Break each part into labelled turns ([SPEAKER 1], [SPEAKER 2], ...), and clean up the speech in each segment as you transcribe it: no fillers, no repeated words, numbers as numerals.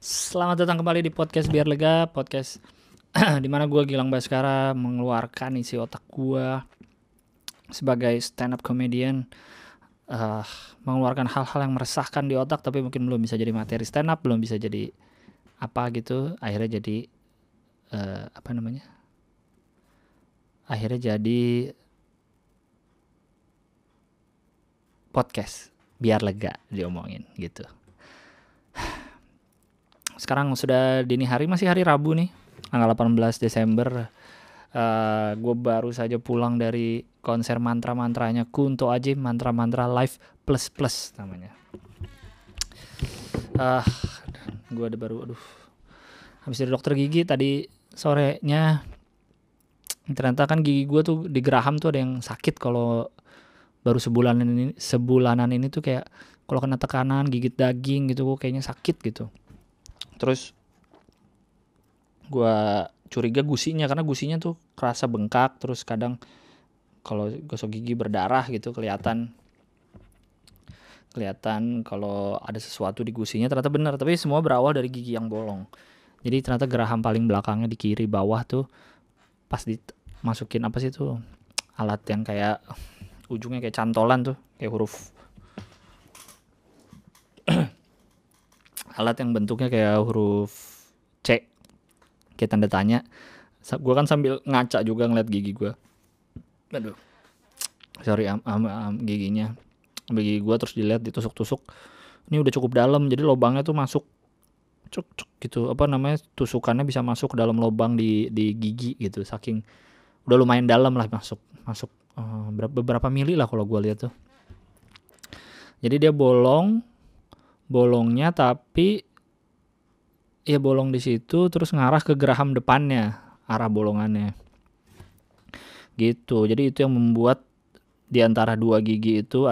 [SPEAKER 1] Selamat datang kembali di podcast Biar Lega, podcast di mana gue Gilang Baskara mengeluarkan isi otak gue sebagai stand up comedian, mengeluarkan hal-hal yang meresahkan di otak tapi mungkin belum bisa jadi materi stand up, belum bisa jadi apa gitu, akhirnya jadi akhirnya jadi podcast biar lega diomongin gitu. Sekarang sudah dini hari, masih hari Rabu nih, tanggal 18 Desember. Gue baru saja pulang dari konser mantra-mantranya Kunto Aji, mantra-mantra live plus namanya. Gue ada baru, habis dari dokter gigi tadi sorenya. Ternyata kan gigi gue tuh di geraham tuh ada yang sakit kalau baru sebulanan ini tuh kayak kalau kena tekanan gigit daging gitu kayaknya sakit gitu. Terus gue curiga gusinya, karena gusinya tuh kerasa bengkak, terus kadang kalau gosok gigi berdarah gitu kelihatan kalau ada sesuatu di gusinya. Ternyata benar, tapi semua berawal dari gigi yang bolong. Jadi ternyata geraham paling belakangnya di kiri bawah tuh pas dimasukin apa sih tuh alat yang kayak ujungnya kayak cantolan tuh, kayak huruf alat yang bentuknya kayak huruf C, kayak tanda tanya. Gue kan sambil ngaca juga ngeliat gigi gue. Aduh, sorry giginya, gigi gue terus dilihat ditusuk-tusuk. Ini udah cukup dalam, jadi lubangnya tuh masuk cuk gitu, tusukannya bisa masuk ke dalam lubang di gigi gitu, saking udah lumayan dalam lah, masuk beberapa mili lah kalau gue lihat tuh. Jadi dia bolongnya tapi ya bolong di situ terus ngarah ke geraham depannya, arah bolongannya gitu. Jadi itu yang membuat di antara dua gigi itu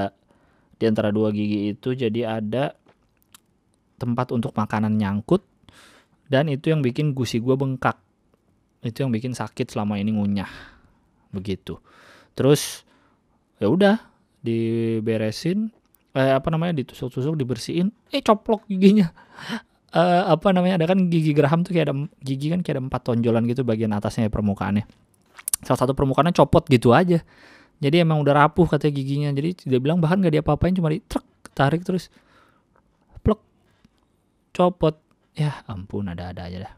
[SPEAKER 1] jadi ada tempat untuk makanan nyangkut, dan itu yang bikin gusi gue bengkak, itu yang bikin sakit selama ini, ngunyah begitu. Terus ya udah diberesin, ditusuk-tusuk, dibersihin, coplok giginya. Ada kan gigi geraham tuh kayak ada gigi kan kayak ada 4 tonjolan gitu bagian atasnya ya, permukaannya. Salah satu permukaannya copot gitu aja. Jadi emang udah rapuh katanya giginya. Jadi dia bilang bahkan gak diapa-apain, cuma tarik terus plek, copot. Ya ampun, ada-ada aja dah.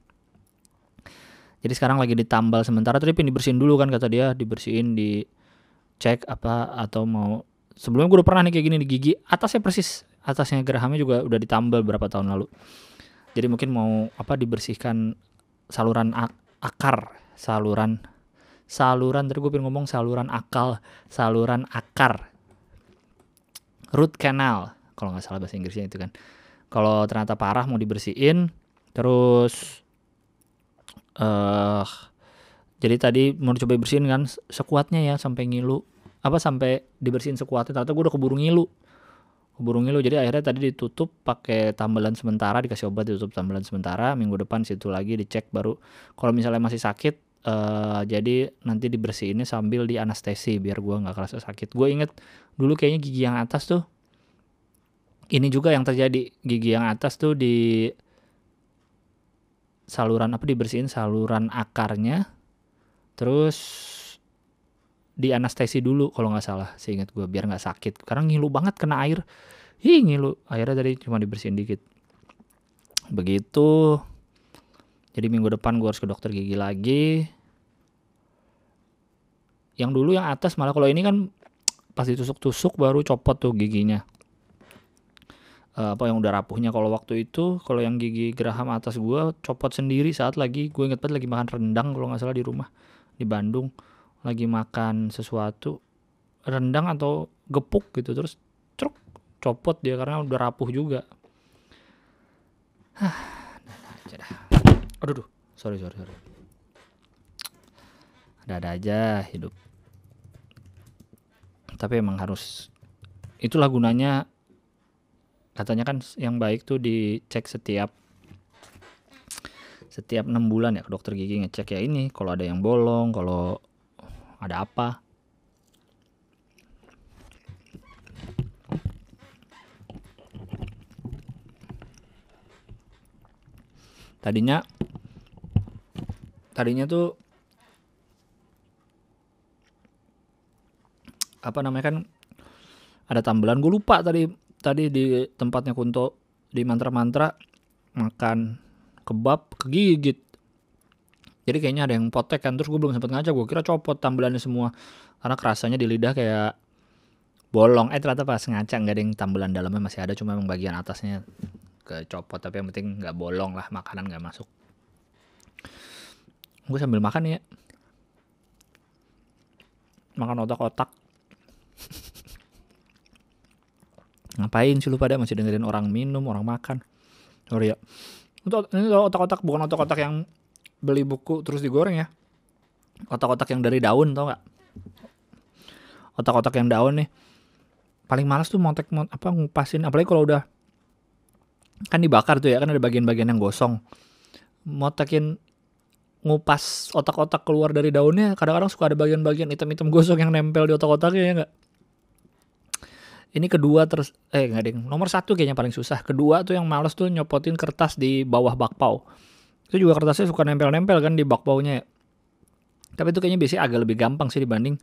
[SPEAKER 1] Jadi sekarang lagi ditambal sementara, tapi dibersihin dulu kan kata dia, dibersihin, dicek apa atau mau. Sebelumnya gue udah pernah nih kayak gini di gigi atasnya, persis atasnya gerahamnya juga udah ditambal berapa tahun lalu. Jadi mungkin mau dibersihkan saluran akar, saluran tadi gue pengen ngomong saluran akar, root canal kalau nggak salah bahasa Inggrisnya itu kan. Kalau ternyata parah mau dibersihin. Terus jadi tadi mau coba bersihin kan sekuatnya ya, sampai dibersihin sekuatnya. Ternyata gue udah keburu ngilu. Jadi akhirnya tadi ditutup pakai tambelan sementara, dikasih obat, ditutup tambelan sementara. Minggu depan situ lagi dicek baru kalau misalnya masih sakit. Jadi nanti dibersihinnya sambil di anestesi biar gue nggak kerasa sakit. Gue inget dulu kayaknya gigi yang atas tuh ini juga yang terjadi. Gigi yang atas tuh di dibersihin saluran akarnya, terus di anestesi dulu kalau nggak salah, seingat gue, biar nggak sakit karena ngilu banget kena air. Ngilu. Akhirnya tadi cuma dibersihin dikit begitu. Jadi minggu depan gue harus ke dokter gigi lagi. Yang dulu yang atas malah, kalau ini kan pas ditusuk-tusuk baru copot tuh giginya, yang udah rapuhnya. Kalau waktu itu, kalau yang gigi geraham atas gue copot sendiri saat gue inget banget lagi makan rendang kalau nggak salah di rumah di Bandung. Lagi makan sesuatu, rendang atau gepuk gitu, terus copot dia karena udah rapuh juga. Aduh, sorry. Ada aja hidup. Tapi emang harus, itulah gunanya. Katanya kan yang baik tuh dicek setiap 6 bulan ya ke dokter gigi, ngecek ya ini kalau ada yang bolong, kalau ada apa. Tadinya tuh apa namanya kan ada tambelan, gue lupa tadi di tempatnya Kunto di mantra-mantra makan kebab kegigit. Jadi kayaknya ada yang potek kan, terus gue belum sempat ngaca, gue kira copot tambelannya semua karena kerasanya di lidah kayak bolong. Ternyata pas ngaca nggak ada yang tambelan dalamnya masih ada, cuma emang bagian atasnya kecopot, tapi yang penting nggak bolong lah, makanan nggak masuk. Gue sambil makan ya, makan otak-otak. Ngapain sih lu pada masih dengerin orang minum, orang makan? Sorry ya. Ini otak-otak, bukan otak-otak yang beli buku terus digoreng ya. Otak-otak yang dari daun, tau gak? Otak-otak yang daun nih. Paling males tuh ngupasin, apalagi kalau udah kan dibakar tuh ya, kan ada bagian-bagian yang gosong. Motekin ngupas otak-otak keluar dari daunnya, kadang-kadang suka ada bagian-bagian hitam-hitam gosong yang nempel di otak-otaknya ya enggak? Ini kedua nomor 1 kayaknya paling susah. Kedua tuh yang males tuh nyopotin kertas di bawah bakpao. Itu juga kertasnya suka nempel-nempel kan di bakpaonya ya. Tapi itu kayaknya biasanya agak lebih gampang sih dibanding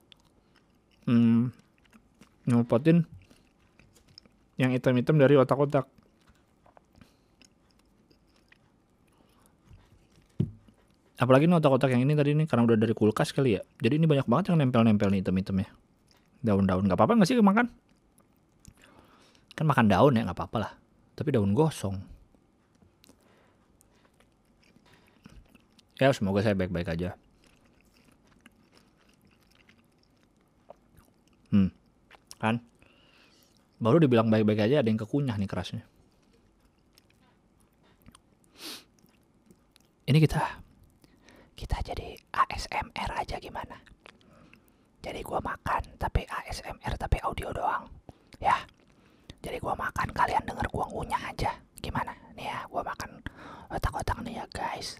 [SPEAKER 1] nyopotin yang hitam-hitam dari otak-otak. Apalagi nih otak-otak yang ini tadi nih karena udah dari kulkas kali ya. Jadi ini banyak banget yang nempel-nempel nih hitam-hitamnya. Daun-daun gak apa-apa gak sih makan? Kan makan daun ya gak apa-apa lah. Tapi daun gosong. Ya semoga saya baik-baik aja. Kan? Baru dibilang baik-baik aja ada yang kekunyah nih kerasnya. Ini kita jadi ASMR aja gimana? Jadi gua makan tapi ASMR tapi audio doang. Ya. Jadi gua makan, kalian denger gua ngunyah aja. Gimana? Nih ya, gua makan otak-otak nih ya, guys.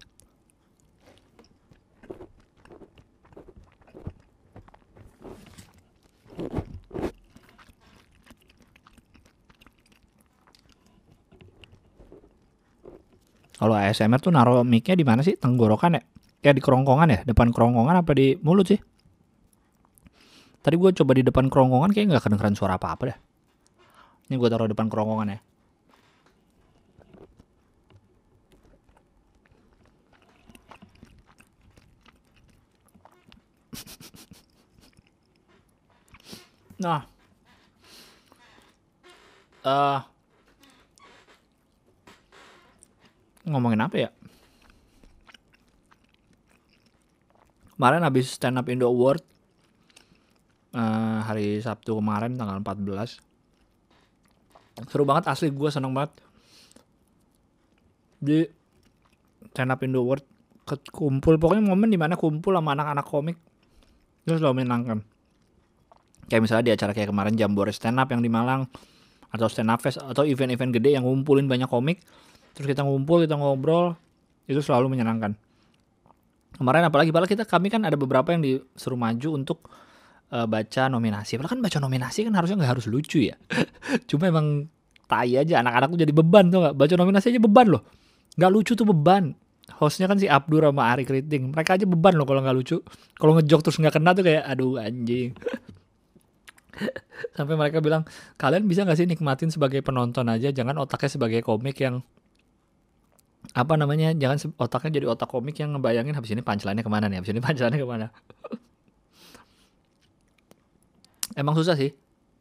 [SPEAKER 1] Kalau ASMR tuh naruh mic-nya di mana sih? Tenggorokan ya? Kayak di kerongkongan ya? Depan kerongkongan apa di mulut sih? Tadi gue coba di depan kerongkongan kayak nggak kedengeran suara apa-apa deh. Ini gue taruh depan kerongkongan ya. Nah, ngomongin apa ya? Kemarin habis Stand Up Indo Award, hari Sabtu kemarin tanggal 14. Seru banget asli, gue seneng banget. Di Stand Up Indo Award kumpul, pokoknya momen dimana kumpul sama anak-anak komik itu selalu menyenangkan. Kayak misalnya di acara kayak kemarin Jambore Stand Up yang di Malang, atau Stand Up Fest, atau event-event gede yang ngumpulin banyak komik, terus kita ngumpul, kita ngobrol, itu selalu menyenangkan. Kemarin apalagi kami kan ada beberapa yang disuruh maju untuk baca nominasi. Padahal kan baca nominasi kan harusnya nggak harus lucu ya. Cuma emang tai aja, anak-anak tuh jadi beban tuh nggak. Baca nominasi aja beban loh. Nggak lucu tuh beban. Hostnya kan si Abdur sama Ari Kriting. Mereka aja beban loh kalau nggak lucu. Kalau ngejok terus nggak kena tuh kayak aduh anjing. Sampai mereka bilang, kalian bisa nggak sih nikmatin sebagai penonton aja, jangan otaknya sebagai komik yang jangan otaknya jadi otak komik yang ngebayangin habis ini punchline-nya kemana nih, Emang susah sih.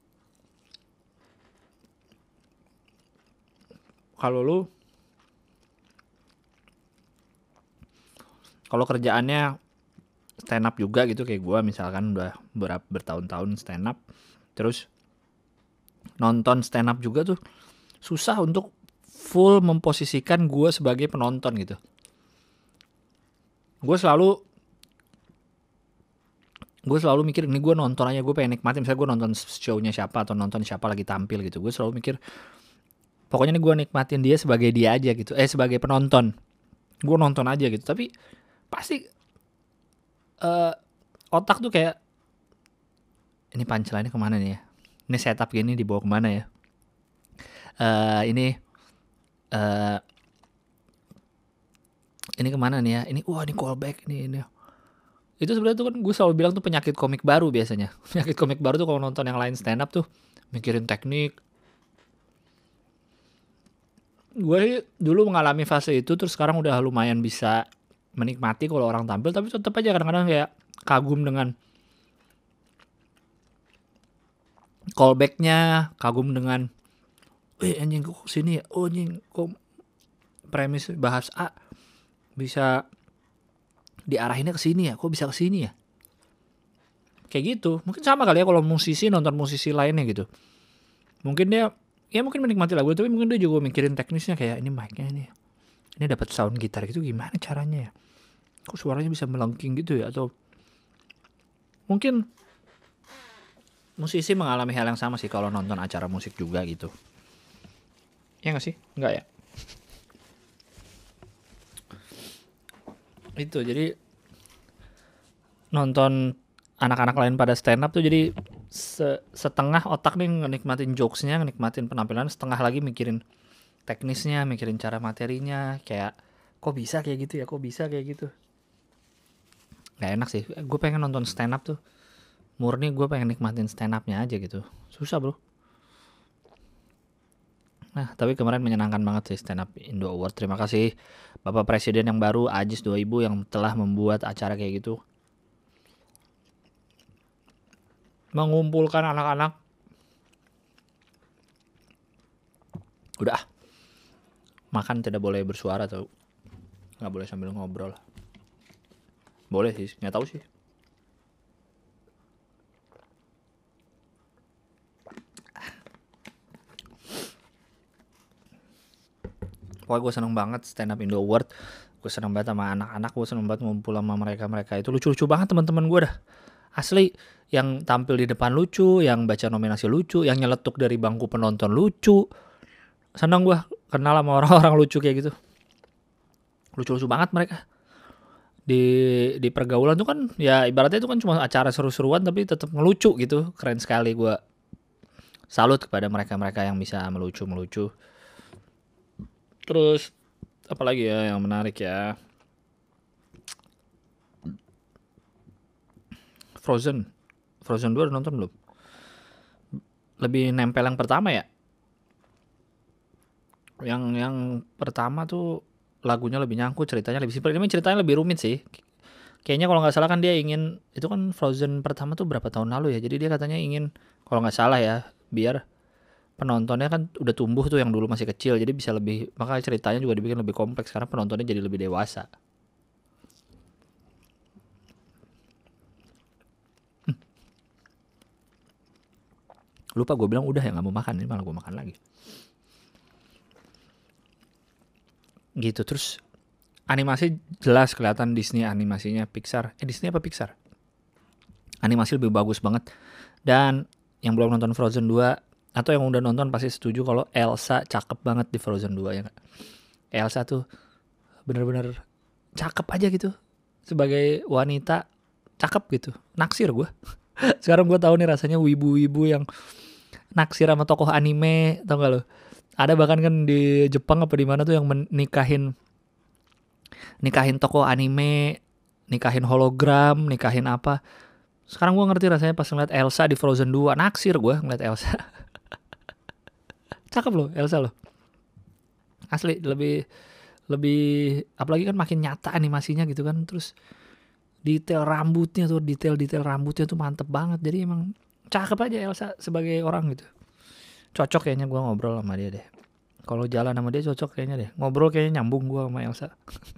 [SPEAKER 1] Kalau kerjaannya stand up juga gitu kayak gue misalkan udah bertahun-tahun stand up, terus nonton stand up juga tuh susah untuk full memposisikan gue sebagai penonton gitu. Gue selalu mikir ini gue nonton aja, gue pengen nikmatin. Misalnya gue nonton show-nya siapa atau nonton siapa lagi tampil gitu, gue selalu mikir pokoknya nih gue nikmatin dia sebagai dia aja gitu, sebagai penonton. Gue nonton aja gitu, tapi pasti otak tuh kayak ini punchline-nya kemana nih ya, ini setup gini dibawa kemana ya, ini ini kemana nih ya, ini wah ini callback ini. Itu sebenarnya tuh kan gue selalu bilang tuh penyakit komik baru biasanya. Penyakit komik baru tuh kalau nonton yang lain stand up tuh mikirin teknik. Gue dulu mengalami fase itu, terus sekarang udah lumayan bisa menikmati kalau orang tampil, tapi tetap aja kadang-kadang kayak kagum dengan callbacknya, kagum dengan anjing kok sini ya, oh anjing kok premis bahas A bisa diarahinnya ke sini ya, kok bisa ke sini ya, kayak gitu. Mungkin sama kali ya kalau musisi nonton musisi lainnya gitu, mungkin dia ya mungkin menikmati lagu tapi mungkin dia juga mikirin teknisnya, kayak ini mic-nya ini dapat sound gitar gitu gimana caranya ya, kok suaranya bisa melengking gitu ya, atau mungkin musisi mengalami hal yang sama sih kalau nonton acara musik juga gitu. Ya nggak sih? Nggak ya? Itu jadi nonton anak-anak lain pada stand up tuh jadi setengah otak nih nikmatin jokesnya, nikmatin penampilan, setengah lagi mikirin teknisnya, mikirin cara materinya, kayak kok bisa kayak gitu ya, kok bisa kayak gitu. Nggak enak sih. Gue pengen nonton stand up tuh murni gue pengen nikmatin stand upnya aja gitu. Susah bro. Nah tapi kemarin menyenangkan banget sih stand up Indo Award. Terima kasih Bapak Presiden yang baru Ajis 2000 yang telah membuat acara kayak gitu, mengumpulkan anak-anak. Udah makan tidak boleh bersuara tuh, nggak boleh sambil ngobrol. Boleh sih, nggak tahu sih. Pokoknya gue seneng banget stand up Indo Award. Gue seneng banget sama anak-anak, gue seneng banget ngumpul sama mereka itu lucu-lucu banget teman-teman gue dah. Asli, yang tampil di depan lucu, yang baca nominasi lucu, yang nyeletuk dari bangku penonton lucu. Seneng gue kenal sama orang-orang lucu kayak gitu. Lucu-lucu banget mereka. Di pergaulan tuh kan ya ibaratnya itu kan cuma acara seru-seruan tapi tetap ngelucu gitu. Keren sekali, gue salut kepada mereka-mereka yang bisa melucu-melucu. Terus apalagi ya yang menarik ya, Frozen 2 udah nonton belum? Lebih nempel yang pertama ya. Yang pertama tuh lagunya lebih nyangkut, ceritanya lebih simpel. Ini ceritanya lebih rumit sih. Kayaknya kalau nggak salah kan dia ingin, itu kan Frozen pertama tuh berapa tahun lalu ya. Jadi dia katanya ingin, kalau nggak salah ya, biar penontonnya kan udah tumbuh tuh yang dulu masih kecil, jadi bisa lebih, maka ceritanya juga dibikin lebih kompleks karena penontonnya jadi lebih dewasa. Lupa gue bilang udah ya nggak mau makan, ini malah gue makan lagi. Gitu. Terus animasi jelas kelihatan Disney animasinya, Pixar. Disney apa Pixar? Animasi lebih bagus banget. Dan yang belum nonton Frozen 2 atau yang udah nonton pasti setuju kalau Elsa cakep banget di Frozen 2 ya gak? Elsa tuh bener-bener cakep aja gitu. Sebagai wanita cakep gitu. Naksir gue. Sekarang gue tahu nih rasanya wibu-wibu yang naksir sama tokoh anime, tau gak lo? Ada bahkan kan di Jepang apa di mana tuh yang nikahin tokoh anime, nikahin hologram, nikahin apa. Sekarang gue ngerti rasanya pas ngeliat Elsa di Frozen 2. Naksir gue ngeliat Elsa. Cakep loh Elsa loh. Asli lebih apalagi kan makin nyata animasinya gitu kan. Terus detail rambutnya tuh mantep banget. Jadi emang cakep aja Elsa sebagai orang gitu. Cocok kayaknya gue ngobrol sama dia deh. Kalau jalan sama dia cocok kayaknya deh. Ngobrol kayaknya nyambung gue sama Elsa.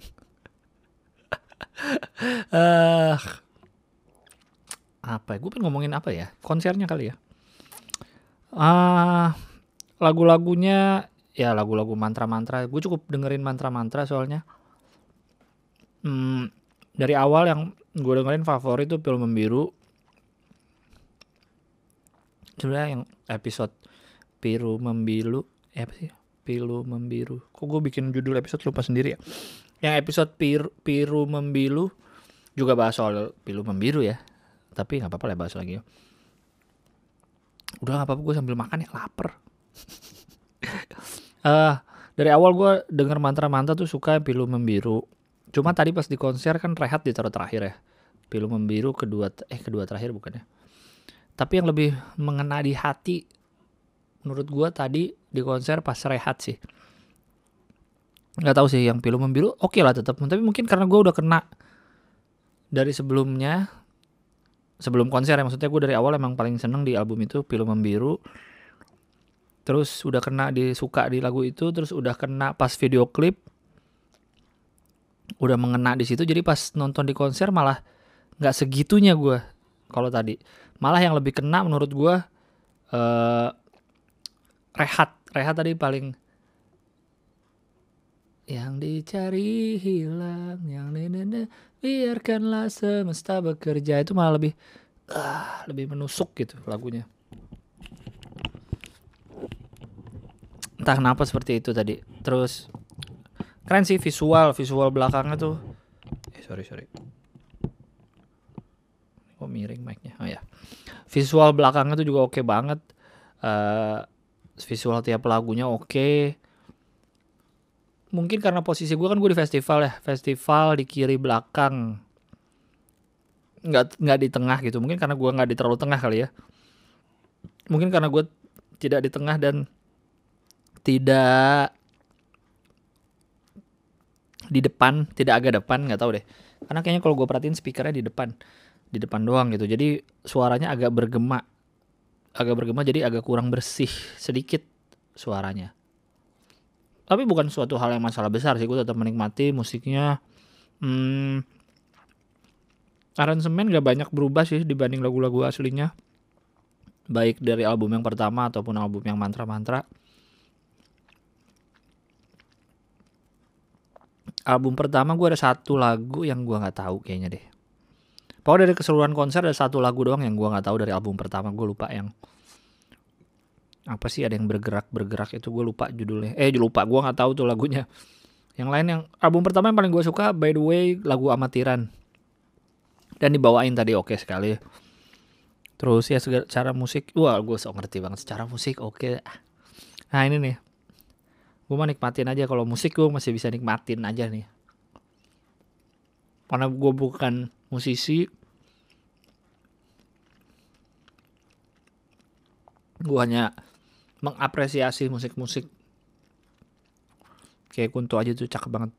[SPEAKER 1] Apa ya? Gue pengen ngomongin apa ya? Konsernya kali ya. Lagu-lagunya ya lagu-lagu mantra-mantra. Gue cukup dengerin mantra-mantra soalnya. Dari awal yang gue dengerin favorit tuh Pilu Membiru. Sebenarnya yang episode Pilu Membiru apa sih? Pilu Membiru. Kok gue bikin judul episode lupa sendiri ya. Yang episode Pilu Membiru juga bahas soal Pilu Membiru ya. Tapi gak apa-apa lah bahas lagi ya. Udah gak apa-apa, gue sambil makan ya, lapar. Dari awal gue denger mantra-mantra tuh suka Pilu Membiru. Cuma tadi pas di konser kan Rehat ditaruh terakhir ya. Pilu Membiru kedua terakhir bukannya. Tapi yang lebih mengena di hati menurut gua tadi di konser pas Rehat sih. Nggak tahu sih yang Pilu Membiru oke lah tetap, tapi mungkin karena gua udah kena dari sebelumnya, sebelum konser ya, maksudnya gue dari awal emang paling seneng di album itu Pilu Membiru. Terus udah kena suka di lagu itu, terus udah kena pas video klip, udah mengena di situ. Jadi pas nonton di konser malah nggak segitunya gue. Kalau tadi malah yang lebih kena menurut gue Rehat tadi paling, yang dicari hilang, yang biarkanlah semesta bekerja, itu malah lebih menusuk gitu lagunya. Entah kenapa seperti itu tadi. Terus keren sih visual belakangnya tuh. Sorry. Oh miring mic-nya. Oh ya. Visual belakangnya tuh juga oke banget. Visual tiap lagunya oke. Mungkin karena posisi gue kan gue di festival ya. Festival di kiri belakang. Nggak di tengah gitu. Mungkin karena gue nggak di terlalu tengah kali ya. Mungkin karena gue tidak di tengah dan tidak di depan, tidak agak depan, nggak tahu deh. Karena kayaknya kalau gue perhatiin speakernya di depan doang gitu. Jadi suaranya agak bergema jadi agak kurang bersih sedikit suaranya. Tapi bukan suatu hal yang masalah besar sih, gue tetap menikmati musiknya. Aransemen gak banyak berubah sih dibanding lagu-lagu aslinya, baik dari album yang pertama ataupun album yang mantra-mantra. Album pertama gue ada satu lagu yang gue nggak tahu kayaknya deh. Pokoknya dari keseluruhan konser ada satu lagu doang yang gue nggak tahu dari album pertama. Gue lupa yang apa sih, ada yang bergerak itu gue lupa judulnya. Lupa, gue nggak tahu tuh lagunya. Yang lain yang album pertama yang paling gue suka by the way lagu Amatiran. Dan dibawain tadi oke sekali. Terus ya secara musik, wah gue sok ngerti banget secara musik oke. Nah ini nih, gue mau nikmatin aja. Kalau musik gue masih bisa nikmatin aja nih. Karena gue bukan musisi, gue hanya mengapresiasi musik-musik. Kayak Kunto Aji tuh cakep banget.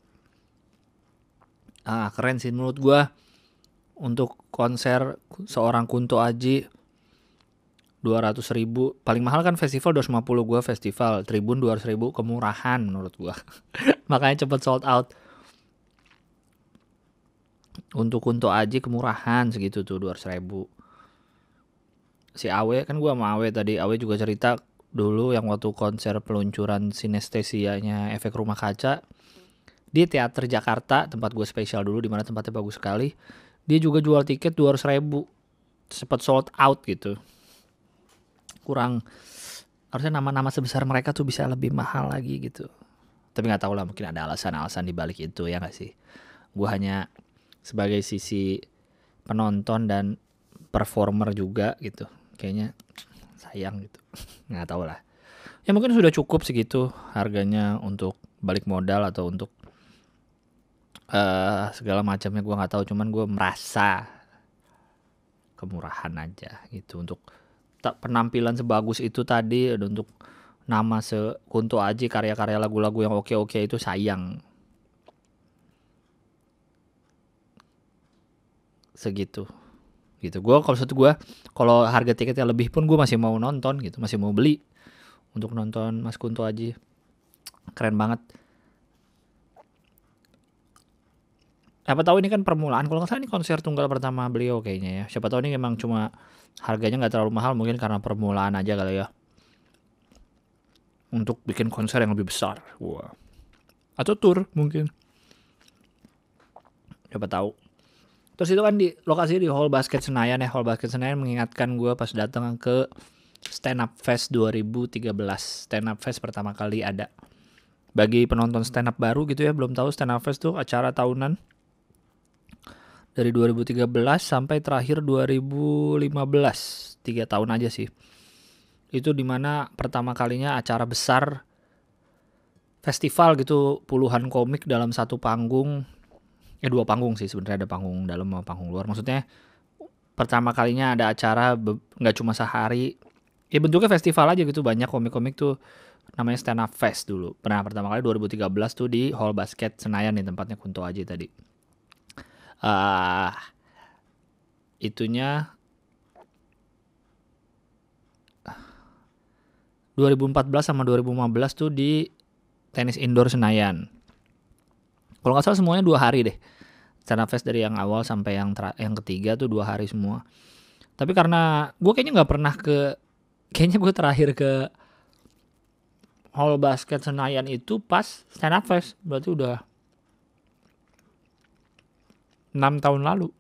[SPEAKER 1] Keren sih menurut gue. Untuk konser seorang Kunto Aji 200.000, paling mahal kan festival 250, gue festival Tribun 200.000, kemurahan menurut gue. Makanya cepet sold out. Untuk Kunto Aji kemurahan segitu tuh 200.000. Si Awe kan gue sama Awe tadi, Awe juga cerita dulu yang waktu konser peluncuran Sinestesianya Efek Rumah Kaca di Teater Jakarta, tempat gue spesial dulu, dimana tempatnya bagus sekali. Dia juga jual tiket 200.000, sempat sold out gitu. Kurang, harusnya nama-nama sebesar mereka tuh bisa lebih mahal lagi gitu. Tapi nggak tahu lah, mungkin ada alasan-alasan di balik itu ya nggak sih. Gue hanya sebagai sisi penonton dan performer juga gitu. Kayaknya sayang gitu. Nggak tahu lah. Ya mungkin sudah cukup segitu harganya untuk balik modal atau untuk segala macamnya gue nggak tahu. Cuman gue merasa kemurahan aja gitu untuk penampilan sebagus itu tadi, untuk nama Kunto Aji, karya-karya lagu-lagu yang oke-oke itu sayang segitu gitu. Gue kalau harga tiketnya lebih pun gue masih mau nonton gitu, masih mau beli untuk nonton Mas Kunto Aji. Keren banget. Siapa tahu ini kan permulaan, kalau nggak salah ini konser tunggal pertama beliau kayaknya ya. Siapa tahu ini memang cuma harganya nggak terlalu mahal, mungkin karena permulaan aja kali ya, untuk bikin konser yang lebih besar. Wah. Atau tour mungkin. Siapa tahu. Terus itu kan di lokasi di Hall Basket Senayan ya. Hall Basket Senayan mengingatkan gue pas datang ke Stand Up Fest 2013. Stand Up Fest pertama kali ada. Bagi penonton stand up baru gitu ya, belum tahu, Stand Up Fest tuh acara tahunan dari 2013 sampai terakhir 2015. 3 tahun aja sih. Itu dimana pertama kalinya acara besar festival gitu, puluhan komik dalam satu panggung. 2 panggung sih sebenarnya, ada panggung dalam sama panggung luar. Maksudnya pertama kalinya ada acara nggak cuma sehari. Ya bentuknya festival aja gitu, banyak komik-komik tuh, namanya Stand Up Fest dulu. Pernah pertama kali 2013 tuh di Hall Basket Senayan nih, tempatnya Kunto Aji tadi. Ah, itunya 2014 sama 2015 tuh di tenis indoor Senayan. Kalau nggak salah semuanya 2 hari deh. Stand Up Fest dari yang awal sampai yang ketiga tuh 2 hari semua. Tapi karena gue kayaknya nggak pernah kayaknya gue terakhir ke Hall Basket Senayan itu pas Stand Up Fest. Berarti udah 6 tahun lalu.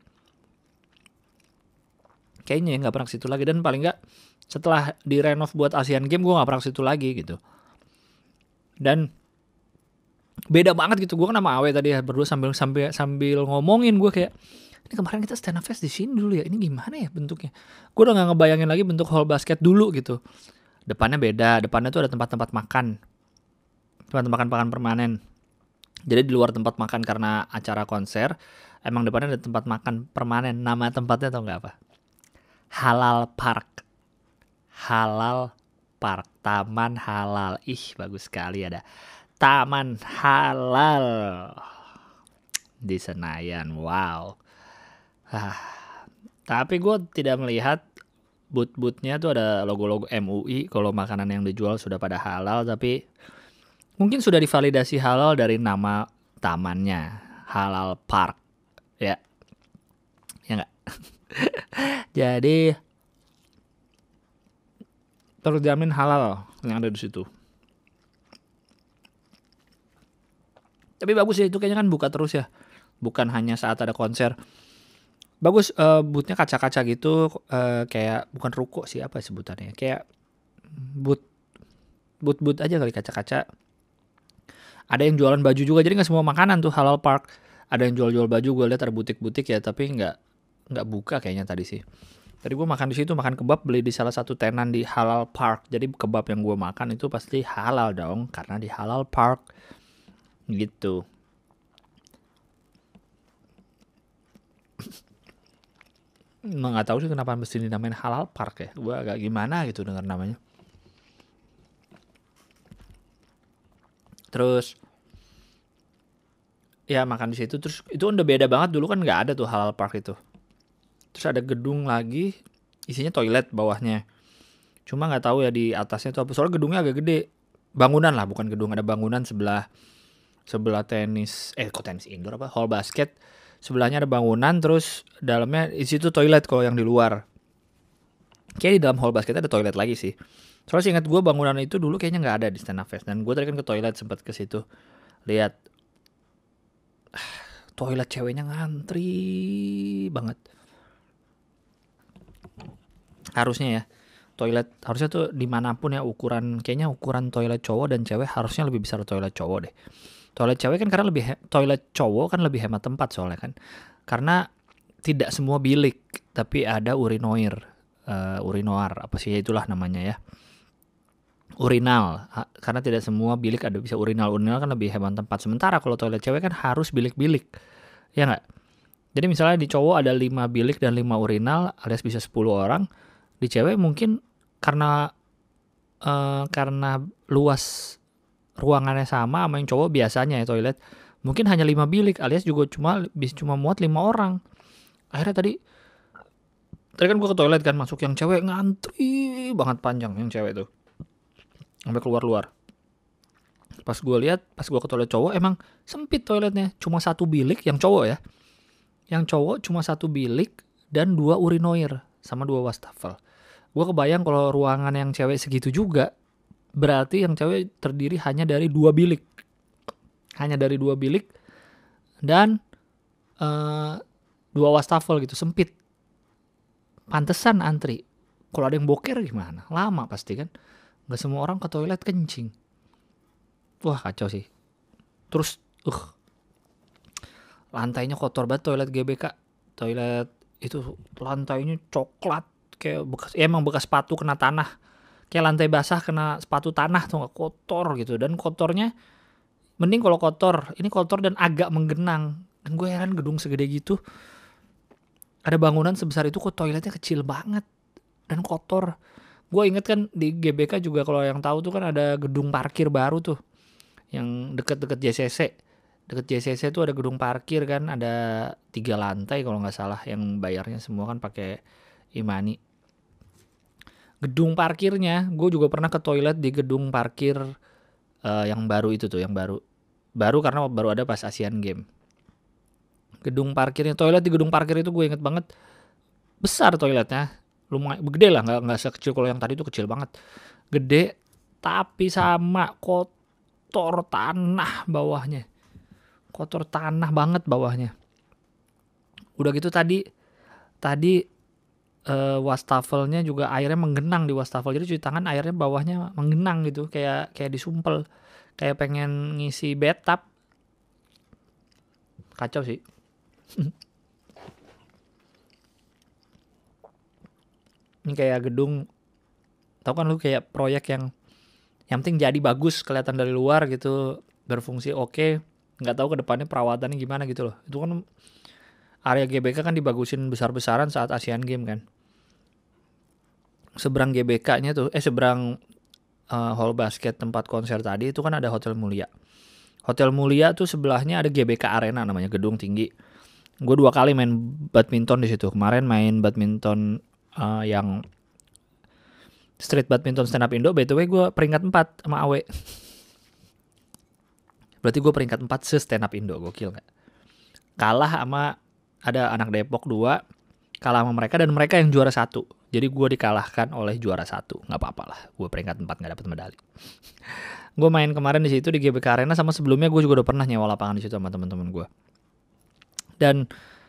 [SPEAKER 1] Kayaknya ya nggak pernah ke situ lagi. Dan paling nggak setelah direnov buat Asian Games gue nggak pernah ke situ lagi gitu. Dan beda banget gitu. Gue kan sama Awe tadi ya berdua sambil ngomongin, gue kayak, ini kemarin kita Stand Up Fest di sini dulu ya, ini gimana ya bentuknya? Gue udah nggak ngebayangin lagi bentuk Hall Basket dulu gitu. Depannya beda, depannya tuh ada tempat-tempat makan permanen. Jadi di luar tempat makan karena acara konser, emang depannya ada tempat makan permanen. Nama tempatnya tau nggak apa? Halal Park. Taman Halal. Ih, bagus sekali, ada Taman Halal di Senayan. Wow. Tapi gue tidak melihat booth-boothnya tuh ada logo-logo MUI. Kalau makanan yang dijual sudah pada halal, tapi mungkin sudah divalidasi halal dari nama tamannya, Halal Park. Ya nggak? Jadi terjamin halal yang ada di situ. Tapi bagus ya, itu kayaknya kan buka terus ya, bukan hanya saat ada konser. Bagus, boothnya kaca-kaca gitu, kayak bukan ruko sih, apa sebutannya, kayak booth aja kali, kaca-kaca. Ada yang jualan baju juga, jadi nggak semua makanan tuh Halal Park. Ada yang jual baju, gue lihat ada butik-butik ya, tapi nggak buka kayaknya tadi sih. Tadi gue makan di situ, makan kebab, beli di salah satu tenan di Halal Park. Jadi kebab yang gue makan itu pasti halal dong, karena di Halal Park gitu. Nggak tahu sih kenapa mesti dinamain Halal Park ya. Gue agak gimana gitu dengar namanya. Terus ya makan di situ, terus itu udah beda banget, dulu kan nggak ada tuh Halal Park itu. Terus ada gedung lagi, isinya toilet bawahnya. Cuma nggak tahu ya di atasnya tuh apa. Soalnya gedungnya agak gede, bangunan lah, bukan gedung, ada bangunan sebelah tenis indoor apa, Hall Basket. Sebelahnya ada bangunan, terus dalamnya di situ toilet kalau yang di luar. Kayak di dalam Hall Basket ada toilet lagi sih. Soalnya ingat gue bangunan itu dulu kayaknya nggak ada di Stand Up Fest. Dan gue tadi kan ke toilet, sempat ke situ lihat toilet ceweknya ngantri banget. Harusnya ya, toilet harusnya tuh dimanapun ya, kayaknya ukuran toilet cowok dan cewek harusnya lebih besar toilet cowok deh. Toilet cewek kan karena toilet cowok kan lebih hemat tempat soalnya kan, karena tidak semua bilik tapi ada urinoir apa sih ya, itulah namanya ya, urinal. Karena tidak semua bilik ada bisa urinal kan lebih hemat tempat. Sementara kalau toilet cewek kan harus bilik-bilik, ya nggak? Jadi misalnya di cowok ada 5 bilik dan 5 urinal alias bisa 10 orang. Di cewek mungkin karena luas ruangannya sama yang cowok biasanya ya toilet, mungkin hanya 5 bilik alias juga cuma muat 5 orang. Akhirnya tadi kan gue ke toilet kan, masuk yang cewek ngantri banget panjang yang cewek tuh sampai keluar. Pas gue ke toilet cowok emang sempit toiletnya, cuma 1 bilik yang cowok ya. Yang cowok cuma 1 bilik dan 2 urinoir sama 2 wastafel. Gue kebayang kalau ruangan yang cewek segitu juga, berarti yang cewek terdiri hanya dari 2 bilik. Dan 2 wastafel gitu, sempit. Pantesan antri. Kalau ada yang boker gimana? Lama pasti kan. Gak semua orang ke toilet kencing. Wah kacau sih. Terus lantainya kotor banget toilet GBK. Toilet itu lantainya coklat, kayak emang bekas sepatu kena tanah. Kayak lantai basah kena sepatu tanah tuh, gak kotor gitu. Dan kotornya mending kalau kotor, ini kotor dan agak menggenang. Dan gue heran gedung segede gitu, ada bangunan sebesar itu kok toiletnya kecil banget dan kotor. Gue inget kan di GBK juga, kalau yang tahu tuh kan ada gedung parkir baru tuh yang deket-deket JCC. Deket JCC tuh ada gedung parkir kan, ada 3 lantai kalau nggak salah, yang bayarnya semua kan pakai e-money. Gedung parkirnya, gue juga pernah ke toilet di gedung parkir yang baru itu tuh, yang baru karena baru ada pas Asian Game. Gedung parkirnya, toilet di gedung parkir itu gue inget banget, besar toiletnya, lumayan gede lah, nggak sekecil kalau yang tadi itu, kecil banget, gede tapi sama kotor tanah bawahnya, kotor tanah banget bawahnya. Udah gitu tadi wastafelnya juga airnya menggenang di wastafel, jadi cuci tangan airnya bawahnya menggenang gitu, kayak disumpel, kayak pengen ngisi bathtub. Kacau sih. Ini kayak gedung, tau kan lu, kayak proyek yang penting jadi bagus, kelihatan dari luar gitu, berfungsi oke, nggak tahu ke depannya perawatannya gimana gitu loh. Itu kan area GBK kan dibagusin besar-besaran saat Asian Game kan. Seberang GBK-nya tuh, seberang hall basket tempat konser tadi itu kan ada Hotel Mulia. Hotel Mulia tuh sebelahnya ada GBK Arena namanya, gedung tinggi. Gue 2 kali main badminton di situ. Kemarin main badminton yang street badminton stand up Indo. By the way gue peringkat 4 sama Awe. Berarti gue peringkat 4 se stand up Indo, gokil gak? Kalah sama ada anak Depok 2, kalah sama mereka, dan mereka yang juara 1. Jadi gue dikalahkan oleh juara 1. Gak apa-apa lah, gue peringkat 4 gak dapet medali. Gue main kemarin di situ di GBK Arena, sama sebelumnya gue juga udah pernah nyewa lapangan di situ sama teman-teman gue. Dan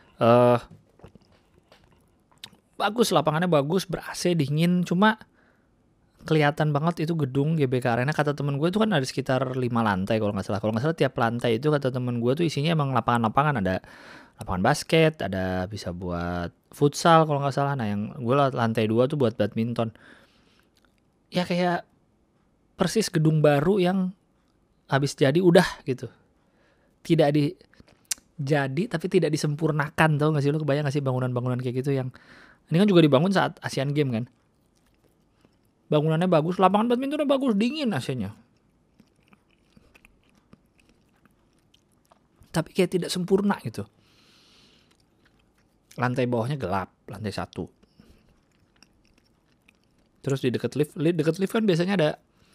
[SPEAKER 1] bagus, lapangannya bagus, ber-AC, dingin, cuma kelihatan banget itu gedung GBK Arena. Kata temen gue itu kan ada sekitar 5 lantai kalau nggak salah. Tiap lantai itu kata temen gue tuh isinya emang lapangan-lapangan, ada lapangan basket, ada bisa buat futsal kalau nggak salah. Nah yang gue lantai 2 tuh buat badminton. Ya kayak persis gedung baru yang habis jadi udah gitu, tidak jadi tapi tidak disempurnakan. Tau gak sih, lu kebayang gak sih bangunan-bangunan kayak gitu, yang ini kan juga dibangun saat Asian Game kan. Bangunannya bagus, lapangan badmintonnya bagus, dingin AC-nya, tapi kayak tidak sempurna gitu. Lantai bawahnya gelap, lantai 1. Terus di dekat lift kan biasanya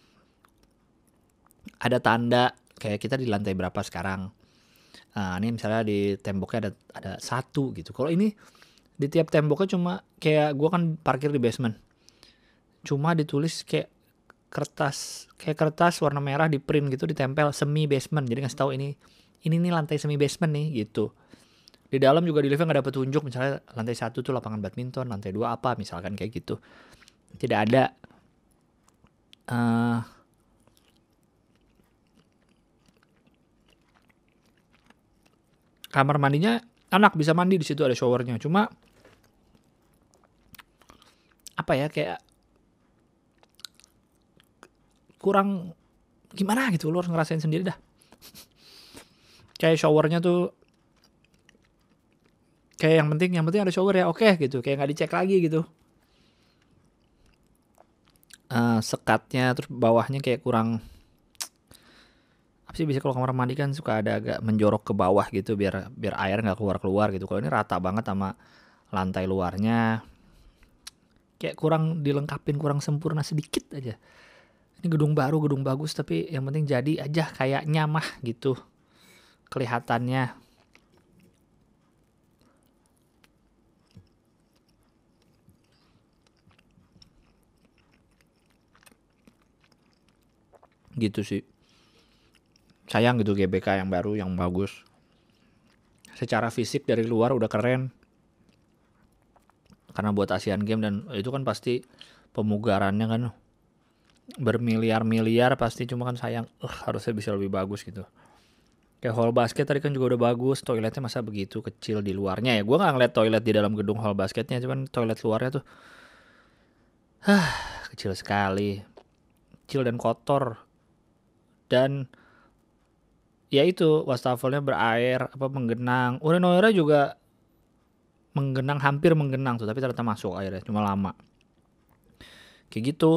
[SPEAKER 1] ada tanda kayak kita di lantai berapa sekarang. Nah, ini misalnya di temboknya ada 1 gitu. Kalau ini di tiap temboknya cuma kayak gue kan parkir di basement, cuma ditulis kayak kertas warna merah di print gitu, ditempel semi basement. Jadi ngasih tahu ini nih lantai semi basement nih gitu. Di dalam juga di liftnya nggak ada petunjuk, misalnya lantai 1 tuh lapangan badminton, lantai 2 apa misalkan kayak gitu. Tidak ada. Kamar mandinya anak bisa mandi di situ, ada showernya. Cuma apa ya, kayak kurang gimana gitu, lu harus ngerasain sendiri dah. Kayak showernya tuh kayak yang penting ada shower ya, oke gitu, kayak nggak dicek lagi gitu. Sekatnya, terus bawahnya kayak kurang apa sih, biasanya kalau kamar mandi kan suka ada agak menjorok ke bawah gitu, biar air nggak keluar gitu. Kalau ini rata banget sama lantai luarnya, kayak kurang dilengkapin, kurang sempurna sedikit aja. Ini gedung baru, gedung bagus, tapi yang penting jadi aja kayaknya mah gitu kelihatannya. Gitu sih. Sayang gitu GBK yang baru, yang bagus. Secara fisik dari luar udah keren, karena buat Asian Game, dan itu kan pasti pemugarannya kan bermiliar-miliar pasti. Cuma kan sayang, harusnya bisa lebih bagus gitu. Kayak hall basket tadi kan juga udah bagus, toiletnya masa begitu kecil di luarnya ya. Gue gak ngeliat toilet di dalam gedung hall basketnya, cuman toilet luarnya tuh kecil sekali, kecil dan kotor. Dan ya itu wastafelnya berair apa menggenang. Urinoira juga menggenang, hampir menggenang tuh, tapi ternyata masuk airnya, cuma lama. Kayak gitu.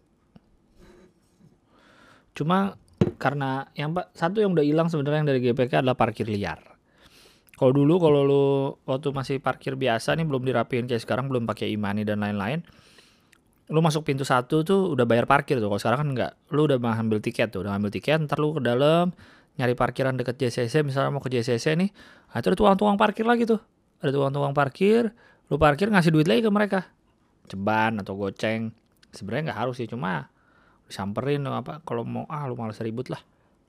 [SPEAKER 1] Cuma karena satu yang udah hilang sebenarnya yang dari GBK adalah parkir liar. Kalau dulu kalau lu waktu masih parkir biasa nih belum dirapiin kayak sekarang, belum pakai e-money dan lain-lain, lu masuk pintu 1 tuh udah bayar parkir tuh. Kalau sekarang kan enggak, lu udah ngambil tiket tuh, ntar lu ke dalam nyari parkiran deket JCC, misalnya mau ke JCC nih, nah itu ada tukang parkir lagi tuh, ada tukang parkir, lu parkir ngasih duit lagi ke mereka, ceban atau goceng. Sebenarnya nggak harus sih, cuma disamperin apa kalau mau lu malas ribut lah.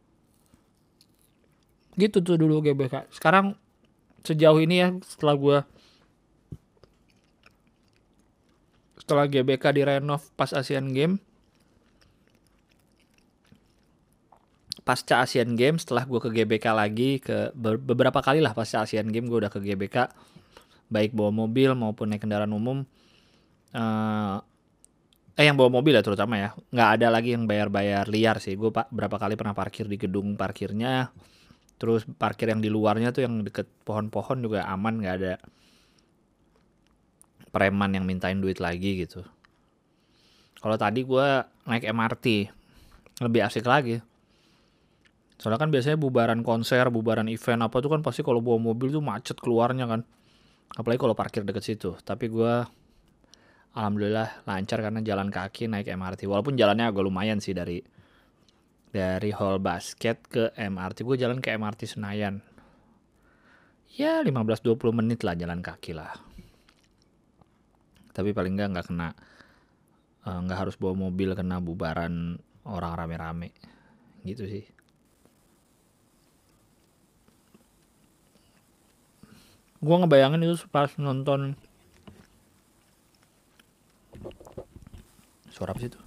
[SPEAKER 1] Gitu tuh dulu GBK. Sekarang sejauh ini ya setelah GBK direnov pas Asian Games, pasca Asian Games setelah gue ke GBK lagi ke beberapa kali lah pasca Asian Games gue udah ke GBK, baik bawa mobil maupun naik kendaraan umum. Yang bawa mobil ya terutama ya, nggak ada lagi yang bayar liar sih. Gue berapa kali pernah parkir di gedung parkirnya, terus parkir yang di luarnya tuh yang deket pohon-pohon juga aman, nggak ada preman yang mintain duit lagi gitu. Kalau tadi gue naik MRT lebih asik lagi. Soalnya kan biasanya bubaran konser, bubaran event apa tuh kan pasti kalau bawa mobil tuh macet keluarnya kan. Apalagi kalau parkir deket situ. Tapi gue alhamdulillah lancar karena jalan kaki naik MRT. Walaupun jalannya agak lumayan sih dari Hall Basket ke MRT. Gue jalan ke MRT Senayan. Ya 15-20 menit lah jalan kaki lah. Tapi paling nggak kena, nggak harus bawa mobil kena bubaran orang rame-rame. Gitu sih. Gue ngebayangin itu pas nonton. Suara apa sih itu?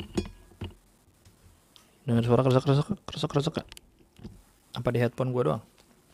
[SPEAKER 1] Dengar suara kresek. Apa di headphone gue doang?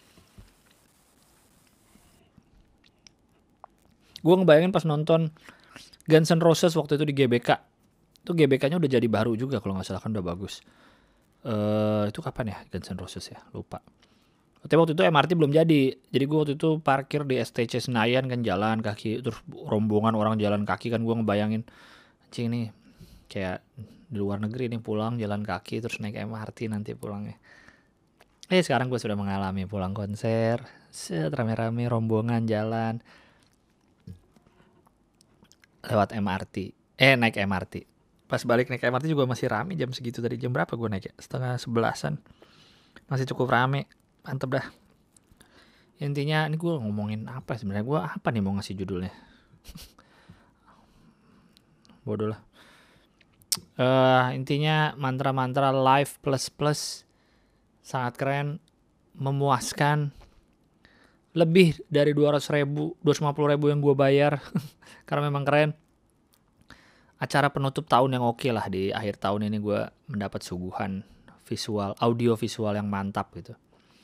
[SPEAKER 1] Gue ngebayangin pas nonton Guns N' Roses waktu itu di GBK. Itu GBK-nya udah jadi baru juga kalau nggak salah, kan udah bagus. Itu kapan ya Guns N' Roses ya? Lupa. Tapi waktu itu MRT belum jadi. Jadi gue waktu itu parkir di STC Senayan kan, jalan kaki. Terus rombongan orang jalan kaki kan, gue ngebayangin anjing nih kayak di luar negeri nih, pulang jalan kaki terus naik MRT nanti pulangnya. Sekarang gue sudah mengalami pulang konser, rame-rame rombongan jalan lewat MRT. Naik MRT. Pas balik naik MRT juga masih rame jam segitu tadi. Jam berapa gue naik ya? 10:30-an. Masih cukup rame. Mantep dah. Intinya ini gue ngomongin apa sebenarnya? Gue apa nih mau ngasih judulnya? Bodoh lah. Intinya mantra-mantra live plus sangat keren, memuaskan. Lebih dari 250.000 yang gue bayar karena memang keren. Acara penutup tahun yang oke lah. Di akhir tahun ini gue mendapat suguhan audio visual yang mantap gitu.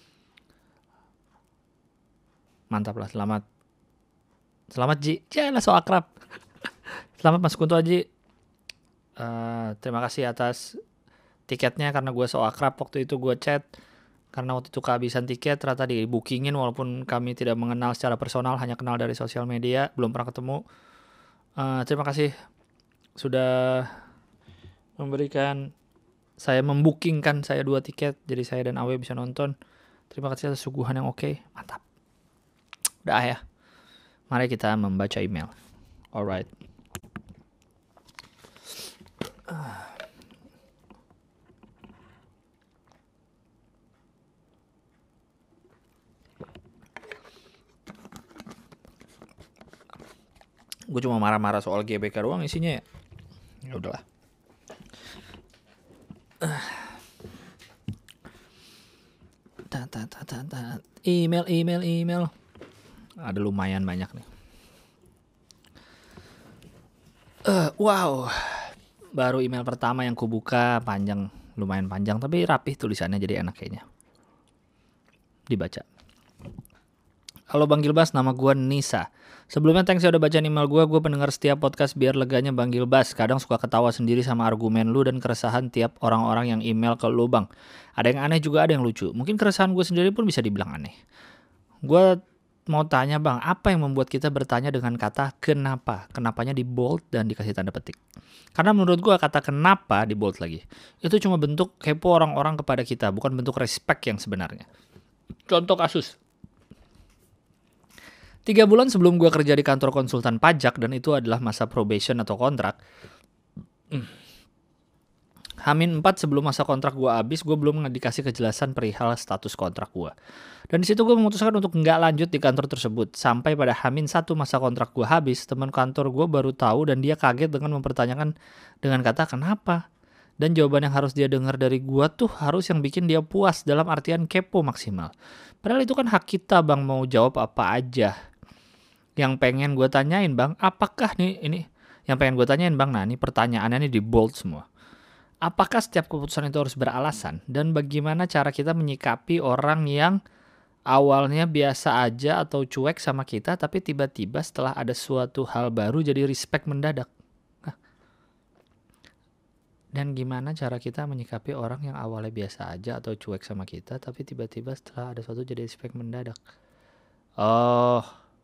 [SPEAKER 1] Mantap lah. Selamat Ji. Janganlah so akrab. Selamat Mas Kunto Haji. Terima kasih atas tiketnya, karena gue so akrab waktu itu gue chat. Karena waktu itu kehabisan tiket, ternyata di bookingin walaupun kami tidak mengenal secara personal, hanya kenal dari sosial media, belum pernah ketemu. Terima kasih sudah memberikan saya, membookingkan saya 2 tiket, jadi saya dan Awe bisa nonton. Terima kasih atas suguhan yang oke. Mantap. Udah ya. Mari kita membaca email. Alright. Gue cuma marah-marah soal GBK doang isinya ya. Ya udahlah. Email. Ada lumayan banyak nih. Wow. Baru email pertama yang kubuka panjang, lumayan panjang tapi rapih tulisannya, jadi enak kayaknya dibaca. Halo Bang Gilbas, nama gue Nisa. Sebelumnya thanks ya udah bacain email gue pendengar setiap podcast biar leganya Bang Gilbas. Kadang suka ketawa sendiri sama argumen lu dan keresahan tiap orang-orang yang email ke lu Bang. Ada yang aneh juga ada yang lucu. Mungkin keresahan gue sendiri pun bisa dibilang aneh. Gue mau tanya Bang, apa yang membuat kita bertanya dengan kata kenapa? Kenapanya di bold dan dikasih tanda petik. Karena menurut gue kata kenapa di bold lagi, itu cuma bentuk kepo orang-orang kepada kita, bukan bentuk respect yang sebenarnya. Contoh kasus. 3 bulan sebelum gue kerja di kantor konsultan pajak, dan itu adalah masa probation atau kontrak. H-4 sebelum masa kontrak gue habis, gue belum dikasih kejelasan perihal status kontrak gue. Dan disitu gue memutuskan untuk nggak lanjut di kantor tersebut. Sampai pada H-1 masa kontrak gue habis, teman kantor gue baru tahu dan dia kaget dengan mempertanyakan dengan kata kenapa. Dan jawaban yang harus dia dengar dari gue tuh harus yang bikin dia puas dalam artian kepo maksimal. Padahal itu kan hak kita Bang mau jawab apa aja. Yang pengen gue tanyain Bang, apakah nih ini yang pengen gue tanyain Bang, nah ini pertanyaannya nih di bold semua. Apakah setiap keputusan itu harus beralasan? Dan bagaimana cara kita menyikapi orang yang awalnya biasa aja atau cuek sama kita, tapi tiba-tiba setelah ada suatu hal baru jadi respect mendadak? Dan gimana cara kita menyikapi orang yang awalnya biasa aja atau cuek sama kita, tapi tiba-tiba setelah ada suatu jadi respect mendadak? Oh.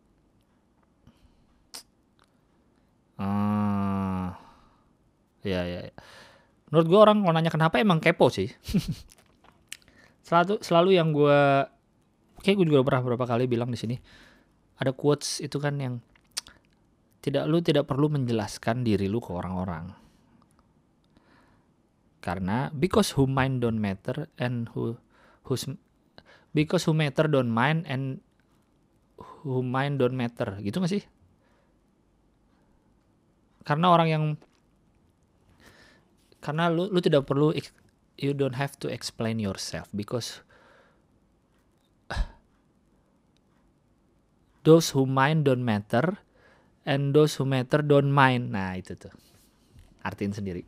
[SPEAKER 1] Ya. Menurut gue orang mau nanya kenapa emang kepo sih. Selalu yang gue, kayak gue juga pernah beberapa kali bilang di sini. Ada quotes itu kan yang lu tidak perlu menjelaskan diri lu ke orang-orang. Karena because who mind don't matter and because who matter don't mind and who mind don't matter. Gitu gak sih? Karena lu tidak perlu, you don't have to explain yourself because those who mind don't matter and those who matter don't mind. Nah itu tuh artiin sendiri.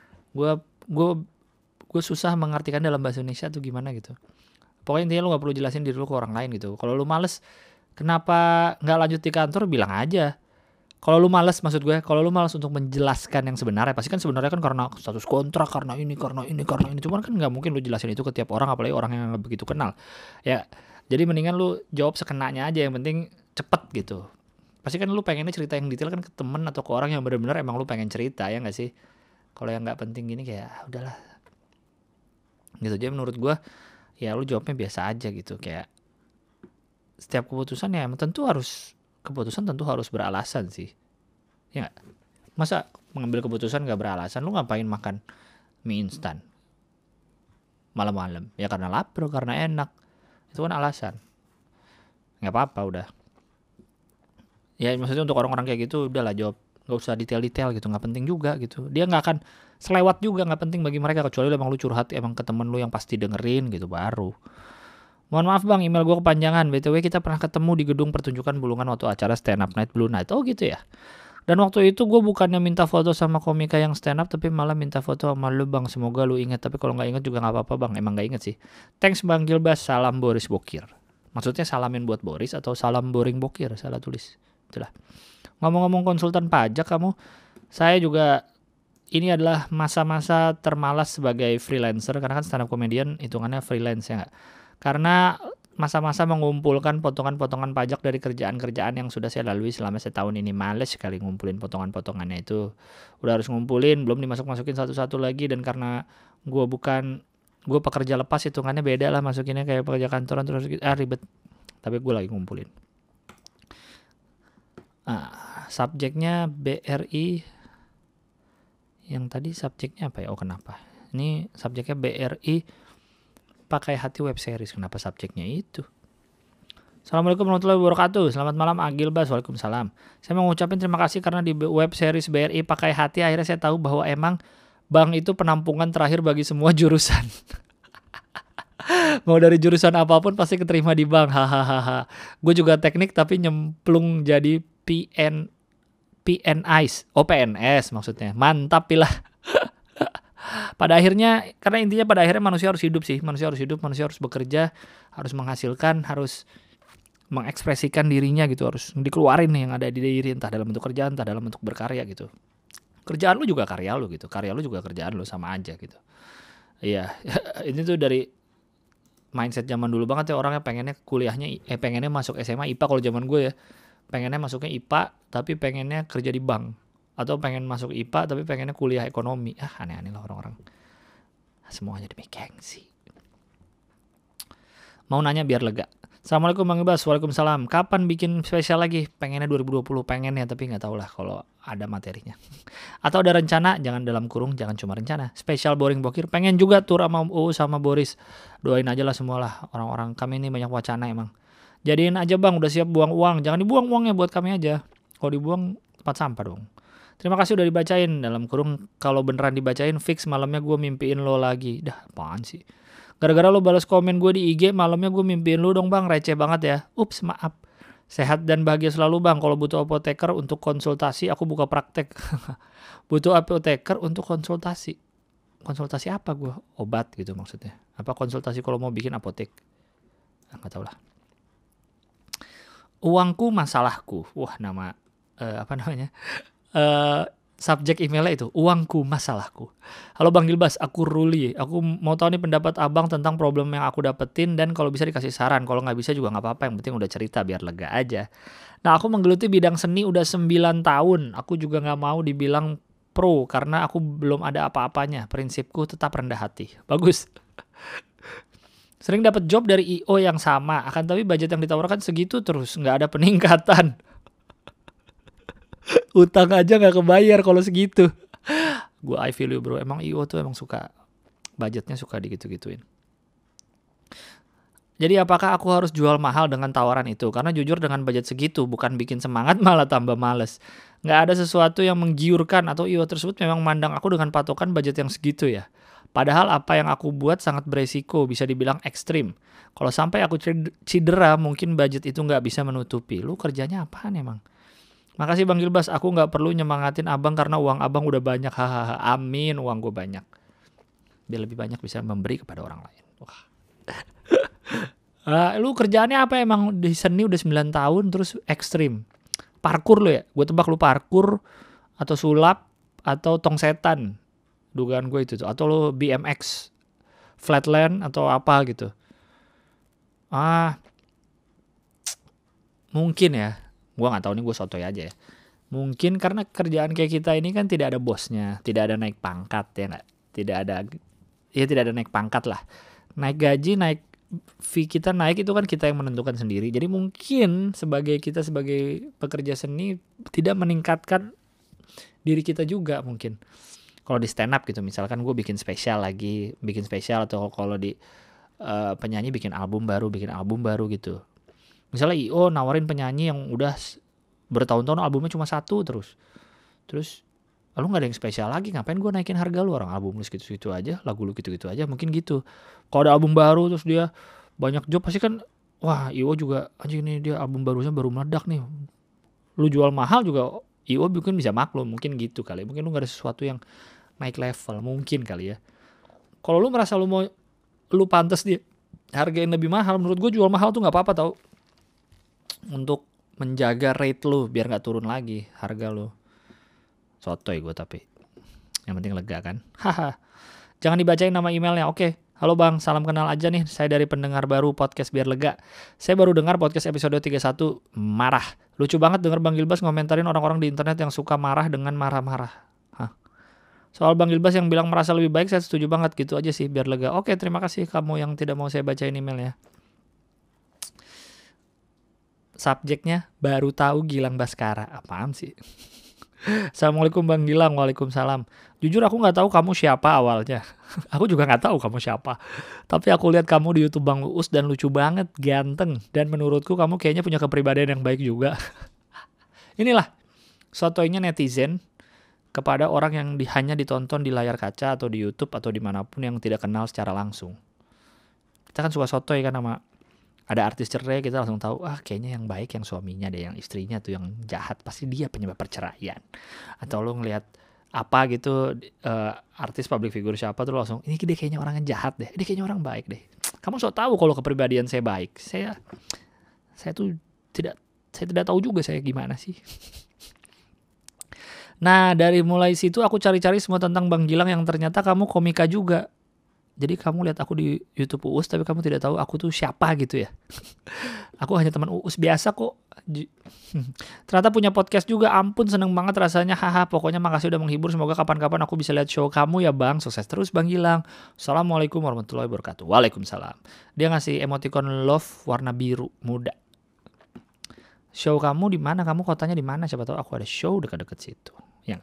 [SPEAKER 1] Gue susah mengartikan dalam bahasa Indonesia tuh gimana gitu. Pokoknya intinya lu gak perlu jelasin diri lu ke orang lain gitu. Kalau lu males kenapa gak lanjut di kantor, bilang aja. Kalau lu malas untuk menjelaskan yang sebenarnya, pasti kan sebenarnya kan karena status kontrak, karena ini. Cuman kan nggak mungkin lu jelasin itu ke tiap orang, apalagi orang yang nggak begitu kenal. Ya, jadi mendingan lu jawab sekenanya aja, yang penting cepet gitu. Pasti kan lu pengennya cerita yang detail kan ke temen atau ke orang yang benar-benar emang lu pengen cerita, ya nggak sih? Kalau yang nggak penting gini kayak udahlah. Gitu aja menurut gue, ya lu jawabnya biasa aja gitu, kayak setiap keputusan ya emang keputusan tentu harus beralasan sih. Ya gak? Masa mengambil keputusan gak beralasan? Lu ngapain makan mie instan malam-malam? Ya karena lapar, karena enak. Itu kan alasan. Gak apa-apa udah. Ya maksudnya untuk orang-orang kayak gitu udahlah jawab. Gak usah detail-detail gitu, gak penting juga gitu. Dia gak akan selewat juga, gak penting bagi mereka. Kecuali emang lu curhat emang ke temen lu yang pasti dengerin gitu baru. Mohon maaf Bang, email gue kepanjangan. BTW kita pernah ketemu di gedung pertunjukan Bulungan waktu acara Stand Up Night Blue Night. Oh gitu ya. Dan waktu itu gue bukannya minta foto sama komika yang stand up, tapi malah minta foto sama lu Bang. Semoga lu inget, tapi kalau gak inget juga gak apa-apa Bang. Emang gak inget sih. Thanks Bang Gilbas, salam Boris Bokir. Maksudnya salamin buat Boris atau salam boring Bokir, salah tulis. Itulah. Ngomong-ngomong konsultan pajak kamu, saya juga ini adalah masa-masa termalas sebagai freelancer, karena kan stand up comedian hitungannya freelance ya gak? Karena masa-masa mengumpulkan potongan-potongan pajak dari kerjaan-kerjaan yang sudah saya lalui selama setahun ini. Males sekali ngumpulin potongan-potongannya itu. Udah harus ngumpulin, belum dimasuk-masukin satu-satu lagi. Dan karena gue pekerja lepas, hitungannya beda lah masukinnya kayak pekerja kantoran terus ribet. Tapi gue lagi ngumpulin. Subjeknya BRI. Yang tadi subjeknya apa ya? Oh kenapa? Ini subjeknya BRI Pakai Hati web series. Kenapa subjeknya itu? Assalamualaikum warahmatullahi wabarakatuh. Selamat malam Agilbas. Waalaikumsalam. Saya mau ngucapin terima kasih karena di web series BRI Pakai Hati akhirnya saya tahu bahwa emang bank itu penampungan terakhir bagi semua jurusan. Mau dari jurusan apapun pasti keterima di bank. Hahaha. Gue juga teknik tapi nyemplung jadi PNIs. Oh PNS maksudnya. Mantap pilah. Pada akhirnya, karena intinya pada akhirnya manusia harus hidup sih. Manusia harus hidup, manusia harus bekerja, harus menghasilkan, harus mengekspresikan dirinya gitu, harus dikeluarin nih yang ada di diri, entah dalam bentuk kerjaan, entah dalam bentuk berkarya gitu. Kerjaan lu juga karya lu gitu, karya lu juga kerjaan lu, sama aja gitu. Iya, ini tuh dari mindset zaman dulu banget ya, orangnya pengennya pengennya masuk SMA IPA. Kalau zaman gue ya, pengennya masuknya IPA tapi pengennya kerja di bank, atau pengen masuk IPA tapi pengennya kuliah ekonomi. Aneh-aneh lah orang-orang, semuanya demi gengsi. Mau nanya biar lega. Assalamualaikum Bang Ibas. Waalaikumsalam. Kapan bikin spesial lagi? Pengennya 2020, pengen ya, tapi nggak tahu lah kalau ada materinya. Atau ada rencana, jangan dalam kurung, jangan cuma rencana. Spesial boring bokir, pengen juga tur sama UU sama Boris. Doain aja lah semualah orang-orang, kami ini banyak wacana emang. Jadiin aja Bang, udah siap buang uang. Jangan dibuang uangnya, buat kami aja. Kalau dibuang tempat sampah dong. Terima kasih udah dibacain, dalam kurung kalau beneran dibacain fix malamnya gue mimpiin lo lagi. Dah apaan sih? Gara-gara lo balas komen gue di IG, malamnya gue mimpiin lo dong Bang, receh banget ya. Ups, maaf. Sehat dan bahagia selalu Bang. Kalau butuh apoteker untuk konsultasi, aku buka praktek. Butuh apoteker untuk konsultasi. Konsultasi apa gue? Obat gitu maksudnya. Apa konsultasi kalau mau bikin apotek? Nggak tahu lah. Uangku masalahku. Wah, nama apa namanya? Subjek emailnya itu, uangku masalahku. Halo Bang Gilbas, aku Ruli. Aku mau tahu nih pendapat abang tentang problem yang aku dapetin, dan kalau bisa dikasih saran. Kalau nggak bisa juga nggak apa-apa, yang penting udah cerita biar lega aja. Nah, aku menggeluti bidang seni udah 9 tahun. Aku juga nggak mau dibilang pro karena aku belum ada apa-apanya. Prinsipku tetap rendah hati. Bagus. Sering dapat job dari IO yang sama, akan tapi budget yang ditawarkan segitu terus, nggak ada peningkatan. Utang aja nggak kebayar kalau segitu. Gue I feel you bro. Emang IO tuh emang suka, budgetnya suka digitu-gituin. Jadi apakah aku harus jual mahal dengan tawaran itu? Karena jujur dengan budget segitu bukan bikin semangat, malah tambah males. Nggak ada sesuatu yang menggiurkan, atau IO tersebut memang mandang aku dengan patokan budget yang segitu ya. Padahal apa yang aku buat sangat beresiko, bisa dibilang ekstrim. Kalau sampai aku cedera, mungkin budget itu nggak bisa menutupi. Lu kerjanya apaan emang? Makasih Bang Gilbas, aku nggak perlu nyemangatin abang karena uang abang udah banyak. Hahaha, amin, uang gue banyak. Biar lebih banyak bisa memberi kepada orang lain. Wah. Lu kerjaannya apa emang? Di seni udah 9 tahun terus ekstrim. Parkur lu ya? Gue tebak lu parkur atau sulap atau tong setan. Dugaan gue itu tuh. Atau lu BMX, flatland atau apa gitu. Mungkin ya. Gue gak tahu nih, gue sotoy aja ya. Mungkin karena kerjaan kayak kita ini kan tidak ada bosnya, tidak ada naik pangkat ya nggak, tidak ada naik pangkat lah. Naik gaji, naik fee kita naik itu kan kita yang menentukan sendiri. Jadi mungkin sebagai pekerja seni tidak meningkatkan diri kita juga mungkin. Kalau di stand up gitu, misalkan gue bikin spesial atau kalau di penyanyi bikin album baru gitu. Misalnya IO nawarin penyanyi yang udah bertahun-tahun albumnya cuma satu terus lu nggak ada yang spesial lagi, ngapain gue naikin harga lu, orang album lu gitu-gitu aja, lagu lu gitu-gitu aja, mungkin gitu. Kalau ada album baru terus dia banyak job, pasti kan wah IO juga anjing nih, dia album barunya baru meledak nih, lu jual mahal juga IO mungkin bisa maklum, mungkin gitu kali. Mungkin lu nggak ada sesuatu yang naik level, mungkin kali ya. Kalau lu merasa lu pantas dia hargain lebih mahal, menurut gue jual mahal tuh nggak apa-apa tau, untuk menjaga rate lu biar nggak turun lagi harga lu. Sotoy gue tapi yang penting lega kan. Haha. Jangan dibacain nama emailnya. Oke. Halo Bang, salam kenal aja nih. Saya dari pendengar baru podcast biar lega. Saya baru dengar podcast episode 31 marah. Lucu banget denger Bang Gilbas ngomentarin orang-orang di internet yang suka marah dengan marah-marah. Soal Bang Gilbas yang bilang merasa lebih baik, saya setuju banget, gitu aja sih biar lega. Oke, terima kasih kamu yang tidak mau saya bacain emailnya. Subjeknya baru tahu Gilang Baskara. Apaan sih? Assalamualaikum Bang Gilang. Waalaikumsalam. Jujur aku nggak tahu kamu siapa awalnya. Aku juga nggak tahu kamu siapa. Tapi aku lihat kamu di YouTube Bang Uus dan lucu banget, ganteng, dan menurutku kamu kayaknya punya kepribadian yang baik juga. Inilah sotoynya netizen kepada orang yang hanya ditonton di layar kaca atau di YouTube atau dimanapun yang tidak kenal secara langsung. Kita kan suka sotoy kan sama ada artis cerai, kita langsung tahu kayaknya yang baik yang suaminya deh, yang istrinya tuh yang jahat, pasti dia penyebab perceraian. Atau lo ngelihat apa gitu artis public figure siapa tuh langsung ini dia kayaknya orangnya jahat deh, dia kayaknya orang baik deh. Kamu so tahu kalau kepribadian saya baik. Saya Saya tidak tahu juga saya gimana sih. Nah, dari mulai situ aku cari-cari semua tentang Bang Gilang yang ternyata kamu komika juga. Jadi kamu lihat aku di YouTube Uus tapi kamu tidak tahu aku tuh siapa gitu ya. Aku hanya teman Uus biasa kok. Ternyata punya podcast juga, ampun seneng banget rasanya. Haha, pokoknya makasih udah menghibur. Semoga kapan-kapan aku bisa lihat show kamu ya Bang. Sukses terus Bang Gilang. Assalamualaikum warahmatullahi wabarakatuh. Waalaikumsalam. Dia ngasih emoticon love warna biru muda. Show kamu di mana? Kamu kotanya di mana? Siapa tahu aku ada show dekat-dekat situ. Yang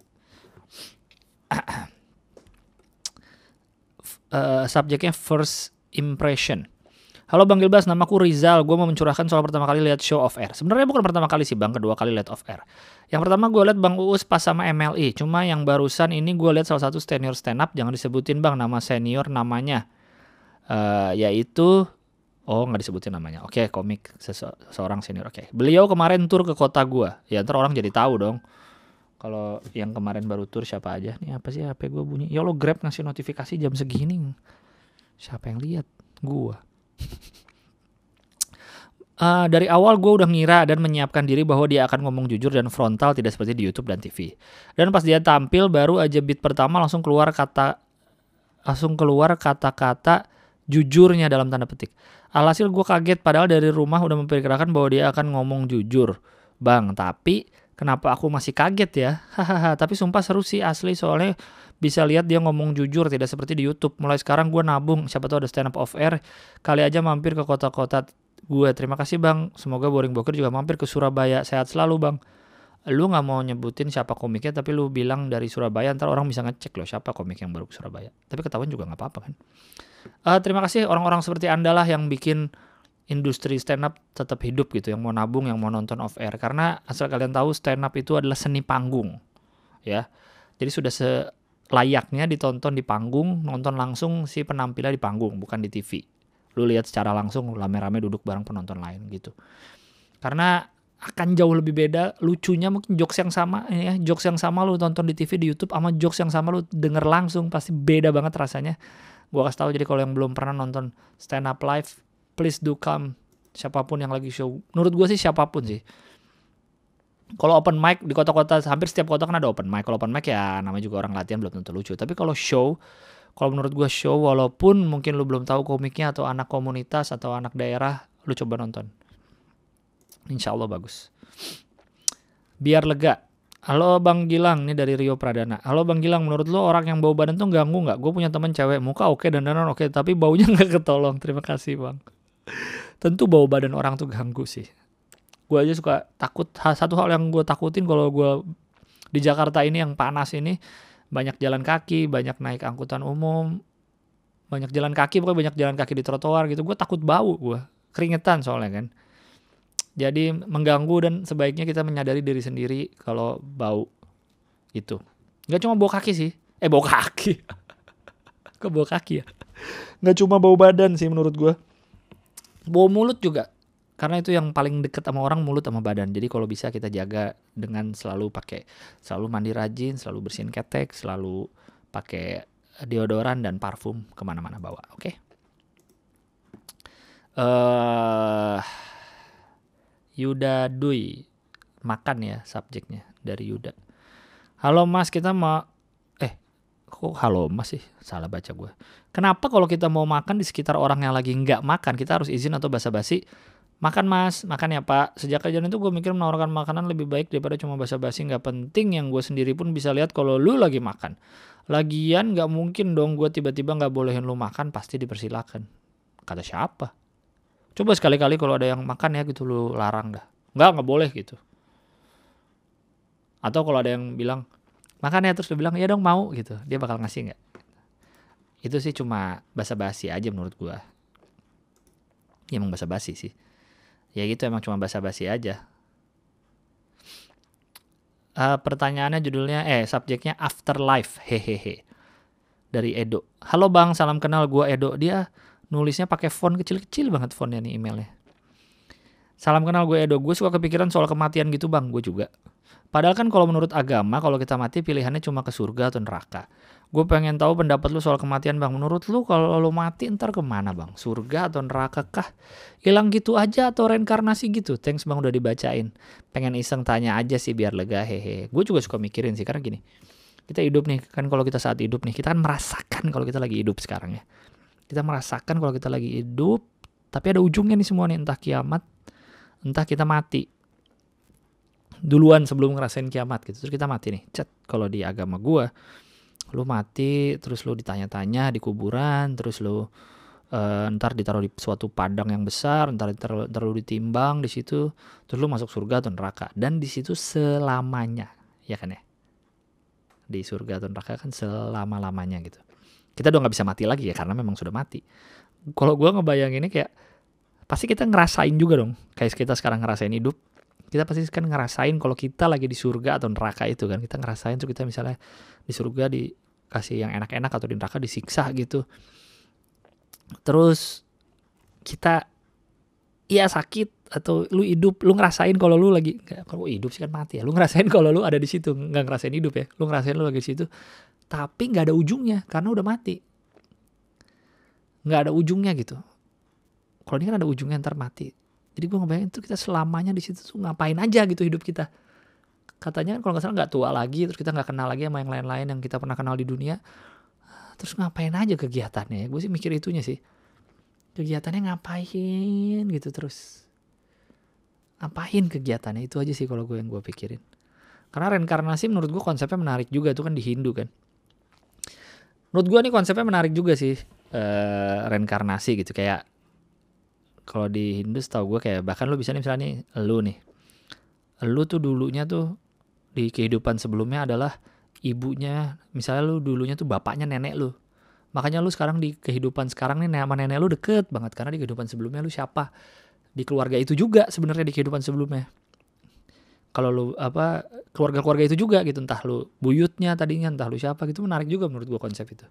[SPEAKER 1] subjeknya first impression. Halo Bang Gilbas, namaku Rizal. Gue mau mencurahkan soal pertama kali lihat show off air. Sebenarnya bukan pertama kali sih Bang, kedua kali lihat off air. Yang pertama gue lihat Bang Uus pas sama MLI. Cuma yang barusan ini gue lihat salah satu senior stand up. Jangan disebutin Bang nama senior namanya. Yaitu nggak disebutin namanya. Oke, komik seorang senior. Oke. Beliau kemarin tur ke kota gue. Ya ntar orang jadi tahu dong. Kalau yang kemarin baru tur siapa aja. Nih apa sih HP gue bunyi. Ya lo Grab ngasih notifikasi jam segini. Siapa yang lihat? Gue. Dari awal gue udah ngira dan menyiapkan diri bahwa dia akan ngomong jujur dan frontal, tidak seperti di YouTube dan TV. Dan pas dia tampil baru aja beat pertama langsung keluar kata-kata jujurnya dalam tanda petik. Alhasil gue kaget padahal dari rumah udah memperkirakan bahwa dia akan ngomong jujur. Bang, tapi kenapa aku masih kaget ya? Hahaha, tapi sumpah seru sih asli soalnya bisa lihat dia ngomong jujur tidak seperti di YouTube. Mulai sekarang gue nabung, siapa tahu ada stand up off air, kali aja mampir ke kota-kota gue. Terima kasih Bang, semoga Boring Boker juga mampir ke Surabaya. Sehat selalu Bang. Lu gak mau nyebutin siapa komiknya tapi lu bilang dari Surabaya, ntar orang bisa ngecek loh siapa komik yang baru ke Surabaya. Tapi ketahuan juga gak apa-apa kan. Terima kasih orang-orang seperti Anda lah yang bikin industri stand up tetap hidup gitu, yang mau nabung, yang mau nonton off air. Karena asal kalian tahu stand up itu adalah seni panggung ya. Jadi sudah selayaknya ditonton di panggung, nonton langsung si penampilnya di panggung, bukan di TV. Lu lihat secara langsung rame-rame duduk bareng penonton lain gitu. Karena akan jauh lebih beda lucunya, mungkin jokes yang sama ya, jokes yang sama lu tonton di TV di YouTube sama jokes yang sama lu denger langsung pasti beda banget rasanya. Gua kasih tahu, jadi kalau yang belum pernah nonton stand up live, please do come. Siapapun yang lagi show, menurut gue sih siapapun sih. Kalau open mic di kota-kota, hampir setiap kota kan ada open mic. Kalau open mic ya namanya juga orang latihan, belum tentu lucu. Tapi kalau show, kalau menurut gue show, walaupun mungkin lu belum tahu komiknya atau anak komunitas atau anak daerah, lu coba nonton. Insya Allah bagus. Biar lega. Halo Bang Gilang, ini dari Rio Pradana. Halo Bang Gilang, menurut lo orang yang bau badan tuh ganggu nggak? Gue punya teman cewek, muka oke, dandanan oke, tapi baunya nggak ketolong. Terima kasih Bang. Tentu bau badan orang tuh ganggu sih. Gue aja suka takut. Satu hal yang gue takutin kalau gue di Jakarta ini yang panas ini, banyak jalan kaki, banyak naik angkutan umum, banyak jalan kaki, pokoknya banyak jalan kaki di trotoar gitu. Gue takut bau, gue keringetan soalnya kan. Jadi mengganggu dan sebaiknya kita menyadari diri sendiri kalau bau itu. Gak cuma bau kaki sih. Bau kaki. Kok bau kaki ya? Gak cuma bau badan sih menurut gue. Bau mulut juga. Karena itu yang paling deket sama orang, mulut sama badan. Jadi kalau bisa kita jaga dengan selalu mandi rajin, selalu bersihin ketek, selalu pakai deodoran dan parfum kemana-mana bawa. Oke? Yuda Dui, makan ya subjeknya dari Yuda. Halo Mas, kita mau kok halo Mas sih, salah baca gue. Kenapa kalau kita mau makan di sekitar orang yang lagi nggak makan, kita harus izin atau basa-basi? Makan Mas, makan ya Pak. Sejak kejadian itu gue mikir menawarkan makanan lebih baik daripada cuma basa-basi nggak penting yang gue sendiri pun bisa lihat kalau lu lagi makan. Lagian nggak mungkin dong gue tiba-tiba nggak bolehin lu makan, pasti dipersilakan. Kata siapa? Coba sekali-kali kalau ada yang makan ya gitu lu larang dah. Nggak boleh gitu. Atau kalau ada yang bilang makan ya terus lu bilang ya dong mau gitu, dia bakal ngasih nggak? Itu sih cuma basa-basi aja menurut gua. Ya emang basa-basi sih. Ya gitu, emang cuma basa-basi aja. Pertanyaannya judulnya subjeknya afterlife hehehe dari Edo. Halo Bang, salam kenal, gua Edo. Dia nulisnya pakai font kecil-kecil banget fontnya nih emailnya. Salam kenal, gue Edo. Gue suka kepikiran soal kematian gitu Bang, gue juga. Padahal kan kalau menurut agama, kalau kita mati pilihannya cuma ke surga atau neraka. Gue pengen tahu pendapat lu soal kematian bang. Menurut lu kalau lu mati ntar kemana bang? Surga atau neraka kah? Hilang gitu aja atau reinkarnasi gitu? Thanks bang udah dibacain. Pengen iseng tanya aja sih biar lega hehe. Gue juga suka mikirin sih karena gini. Kita hidup nih, kan kalau kita saat hidup nih, kita kan merasakan kalau kita lagi hidup sekarang ya. Kita merasakan kalau kita lagi hidup, tapi ada ujungnya nih semua nih, entah kiamat, entah kita mati duluan sebelum ngerasain kiamat gitu. Terus kita mati nih. Kalau di agama gua, lu mati terus lu ditanya-tanya di kuburan, terus lu ntar ditaruh di suatu padang yang besar, ntar lu ditimbang di situ, terus lu masuk surga atau neraka, dan di situ selamanya, ya kan ya? Di surga atau neraka kan selama-lamanya gitu. Kita udah nggak bisa mati lagi ya karena memang sudah mati. Kalau gue ngebayanginnya kayak pasti kita ngerasain juga dong, kayak kita sekarang ngerasain hidup, kita pasti kan ngerasain kalau kita lagi di surga atau neraka itu kan, kita ngerasain tuh kita misalnya di surga dikasih yang enak-enak atau di neraka disiksa gitu. Terus kita iya sakit atau lu hidup, lu ngerasain kalau lu lagi, kalau hidup sih kan mati ya, lu ngerasain kalau lu ada di situ, nggak ngerasain hidup ya, lu ngerasain lu lagi di situ, tapi nggak ada ujungnya karena udah mati, nggak ada ujungnya gitu. Kalau ini kan ada ujungnya ntar mati, jadi gue ngebayangin tuh kita selamanya di situ tuh ngapain aja gitu hidup kita. Katanya kan kalau nggak salah nggak tua lagi, terus kita nggak kenal lagi sama yang lain-lain yang kita pernah kenal di dunia, terus ngapain aja kegiatannya? Gue sih mikir itunya sih. Kegiatannya ngapain gitu terus. Ngapain kegiatannya itu aja sih kalau gue yang gue pikirin. Karena reinkarnasi menurut gue konsepnya menarik juga, itu kan di Hindu kan. Menurut gue nih konsepnya menarik juga sih, reinkarnasi gitu. Kayak kalau di Hindu setahu gue kayak bahkan lu bisa nih misalnya nih, lu tuh dulunya tuh di kehidupan sebelumnya adalah ibunya, misalnya lu dulunya tuh bapaknya nenek lu. Makanya lu sekarang di kehidupan sekarang nih sama nenek lu deket banget karena di kehidupan sebelumnya lu siapa? Di keluarga itu juga sebenarnya di kehidupan sebelumnya. Kalau lu keluarga-keluarga itu juga gitu, entah lu buyutnya tadinya, entah lu siapa gitu, menarik juga menurut gua konsep itu.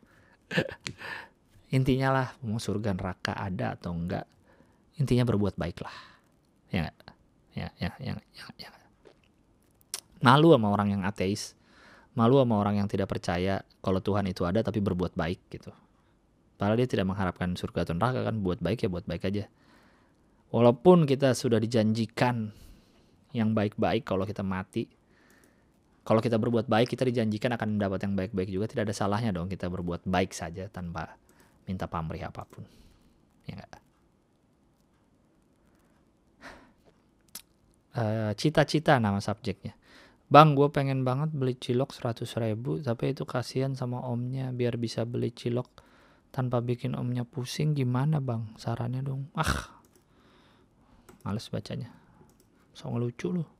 [SPEAKER 1] Intinya lah, mau surga neraka ada atau enggak, intinya berbuat baik lah. Ya enggak? Ya. Malu sama orang yang ateis. Malu sama orang yang tidak percaya kalau Tuhan itu ada tapi berbuat baik gitu. Padahal dia tidak mengharapkan surga atau neraka kan, buat baik ya buat baik aja. Walaupun kita sudah dijanjikan yang baik-baik kalau kita mati. Kalau kita berbuat baik kita dijanjikan akan mendapat yang baik-baik juga, tidak ada salahnya dong kita berbuat baik saja tanpa minta pamrih apapun. Ya enggak? Cita-cita nama subjeknya. Bang, gue pengen banget beli cilok 100.000, tapi itu kasihan sama omnya. Biar bisa beli cilok tanpa bikin omnya pusing, gimana bang? Sarannya dong. Males bacanya. So ngelucu lu.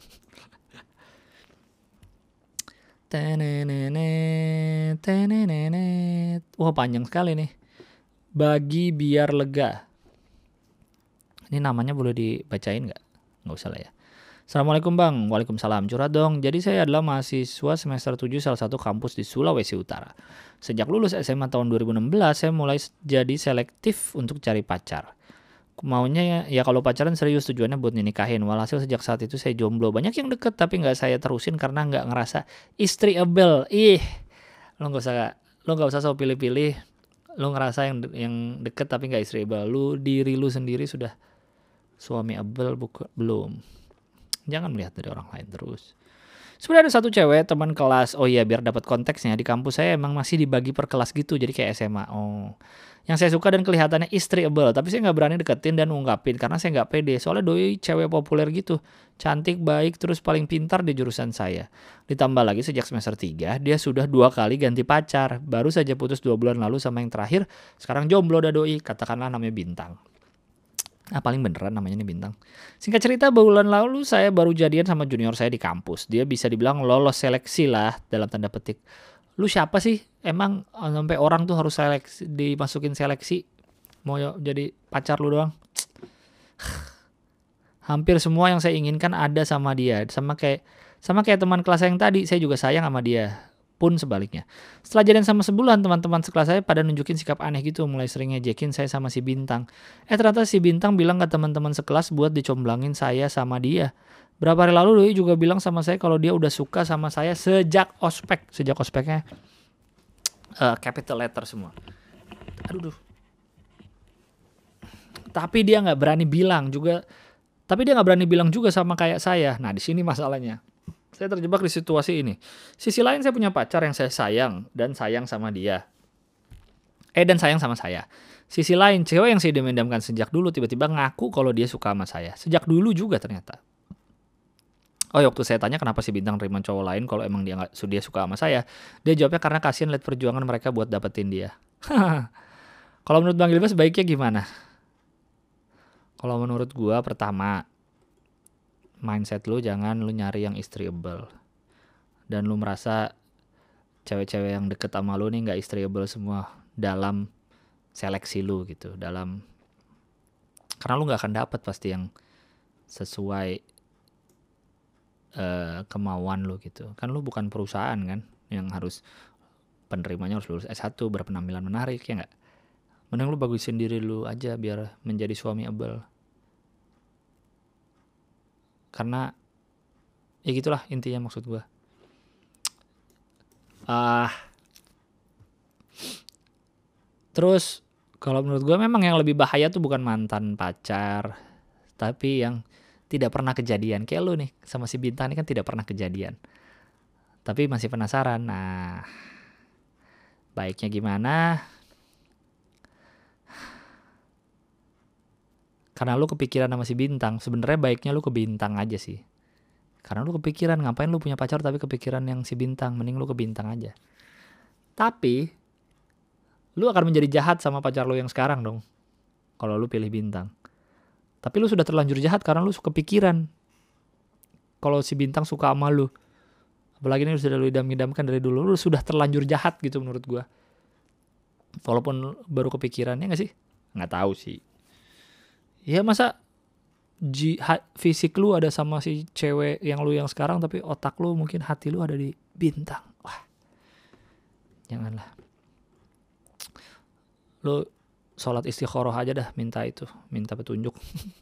[SPEAKER 1] Wah panjang sekali nih. Bagi biar lega. Ini namanya boleh dibacain gak? Gak usah lah ya. Assalamualaikum bang. Waalaikumsalam. Curhat dong. Jadi saya adalah mahasiswa semester 7 salah satu kampus di Sulawesi Utara. Sejak lulus SMA tahun 2016 saya mulai jadi selektif untuk cari pacar. Maunya ya kalau pacaran serius, tujuannya buat dinikahin. Walhasil sejak saat itu saya jomblo. Banyak yang deket tapi gak saya terusin karena gak ngerasa istriable. Lo gak usah so pilih-pilih. Lo ngerasa yang deket tapi gak istriable. Lu diri lu sendiri sudah suamiable belum. Jangan melihat dari orang lain terus. Sebenarnya ada satu cewek teman kelas. Oh iya, biar dapat konteksnya, di kampus saya emang masih dibagi per kelas gitu, jadi kayak SMA. Yang saya suka dan kelihatannya istriable, tapi saya nggak berani deketin dan ungkapin karena saya nggak pede. Soalnya doi cewek populer gitu, cantik, baik, terus paling pintar di jurusan saya. Ditambah lagi sejak semester 3 dia sudah 2 kali ganti pacar. Baru saja putus 2 bulan lalu sama yang terakhir. Sekarang jomblo dah doi, katakanlah namanya Bintang. Paling beneran namanya nih Bintang. Singkat cerita, bulan lalu saya baru jadian sama junior saya di kampus. Dia bisa dibilang lolos seleksi lah dalam tanda petik. Lu siapa sih? Emang sampai orang tuh harus dimasukin seleksi mau jadi pacar lu doang? Hampir semua yang saya inginkan ada sama dia. Sama kayak teman kelas saya yang tadi, saya juga sayang sama dia. Pun sebaliknya. Setelah jadian sama sebulan, teman-teman sekelas saya pada nunjukin sikap aneh gitu, mulai sering ngejekin saya sama si Bintang. Ternyata si Bintang bilang ke teman-teman sekelas buat dicomblangin saya sama dia. Berapa hari lalu Doi juga bilang sama saya kalau dia udah suka sama saya sejak ospek. Sejak ospeknya capital letter semua. Aduh. Tapi dia nggak berani bilang juga. Tapi dia nggak berani bilang juga sama kayak saya. Nah di sini masalahnya. Saya terjebak di situasi ini. Sisi lain saya punya pacar yang saya sayang dan sayang sama dia. Dan sayang sama saya. Sisi lain cewek yang saya idam-idamkan sejak dulu tiba-tiba ngaku kalau dia suka sama saya. Sejak dulu juga ternyata. Oh ya, waktu saya tanya kenapa si Bintang terima cowok lain kalau emang dia suka sama saya, dia jawabnya karena kasihan lihat perjuangan mereka buat dapetin dia. Kalau menurut Bang Gilbas baiknya gimana? Kalau menurut gua pertama, mindset lu jangan lu nyari yang istriable. Dan lu merasa cewek-cewek yang deket sama lu nih gak istriable semua dalam seleksi lu gitu. Karena lu gak akan dapet pasti yang sesuai kemauan lu gitu. Kan lu bukan perusahaan kan yang harus penerimanya harus lulus S1 berpenampilan menarik ya gak? Mending lu bagusin diri lu aja biar menjadi suami able. Karena ya gitulah intinya maksud gue. Terus kalau menurut gue memang yang lebih bahaya tuh bukan mantan pacar, tapi yang tidak pernah kejadian. Kayak lu nih sama si Bintang ini kan tidak pernah kejadian, tapi masih penasaran. Nah, baiknya gimana? Karena lu kepikiran sama si Bintang, sebenarnya baiknya lu ke Bintang aja sih. Karena lu kepikiran, ngapain lu punya pacar tapi kepikiran yang si Bintang, mending lu ke Bintang aja. Tapi lu akan menjadi jahat sama pacar lu yang sekarang dong kalau lu pilih Bintang. Tapi lu sudah terlanjur jahat karena lu kepikiran kalau si Bintang suka sama lu. Apalagi ini sudah lu idam-idamkan dari dulu, lu sudah terlanjur jahat gitu menurut gua. Walaupun baru kepikiran, ya gak sih? Gak tahu sih. Ya masa fisik lu ada sama si cewek yang lu yang sekarang, tapi otak lu mungkin hati lu ada di Bintang. Wah, janganlah. Lu sholat istikharah aja dah, minta petunjuk.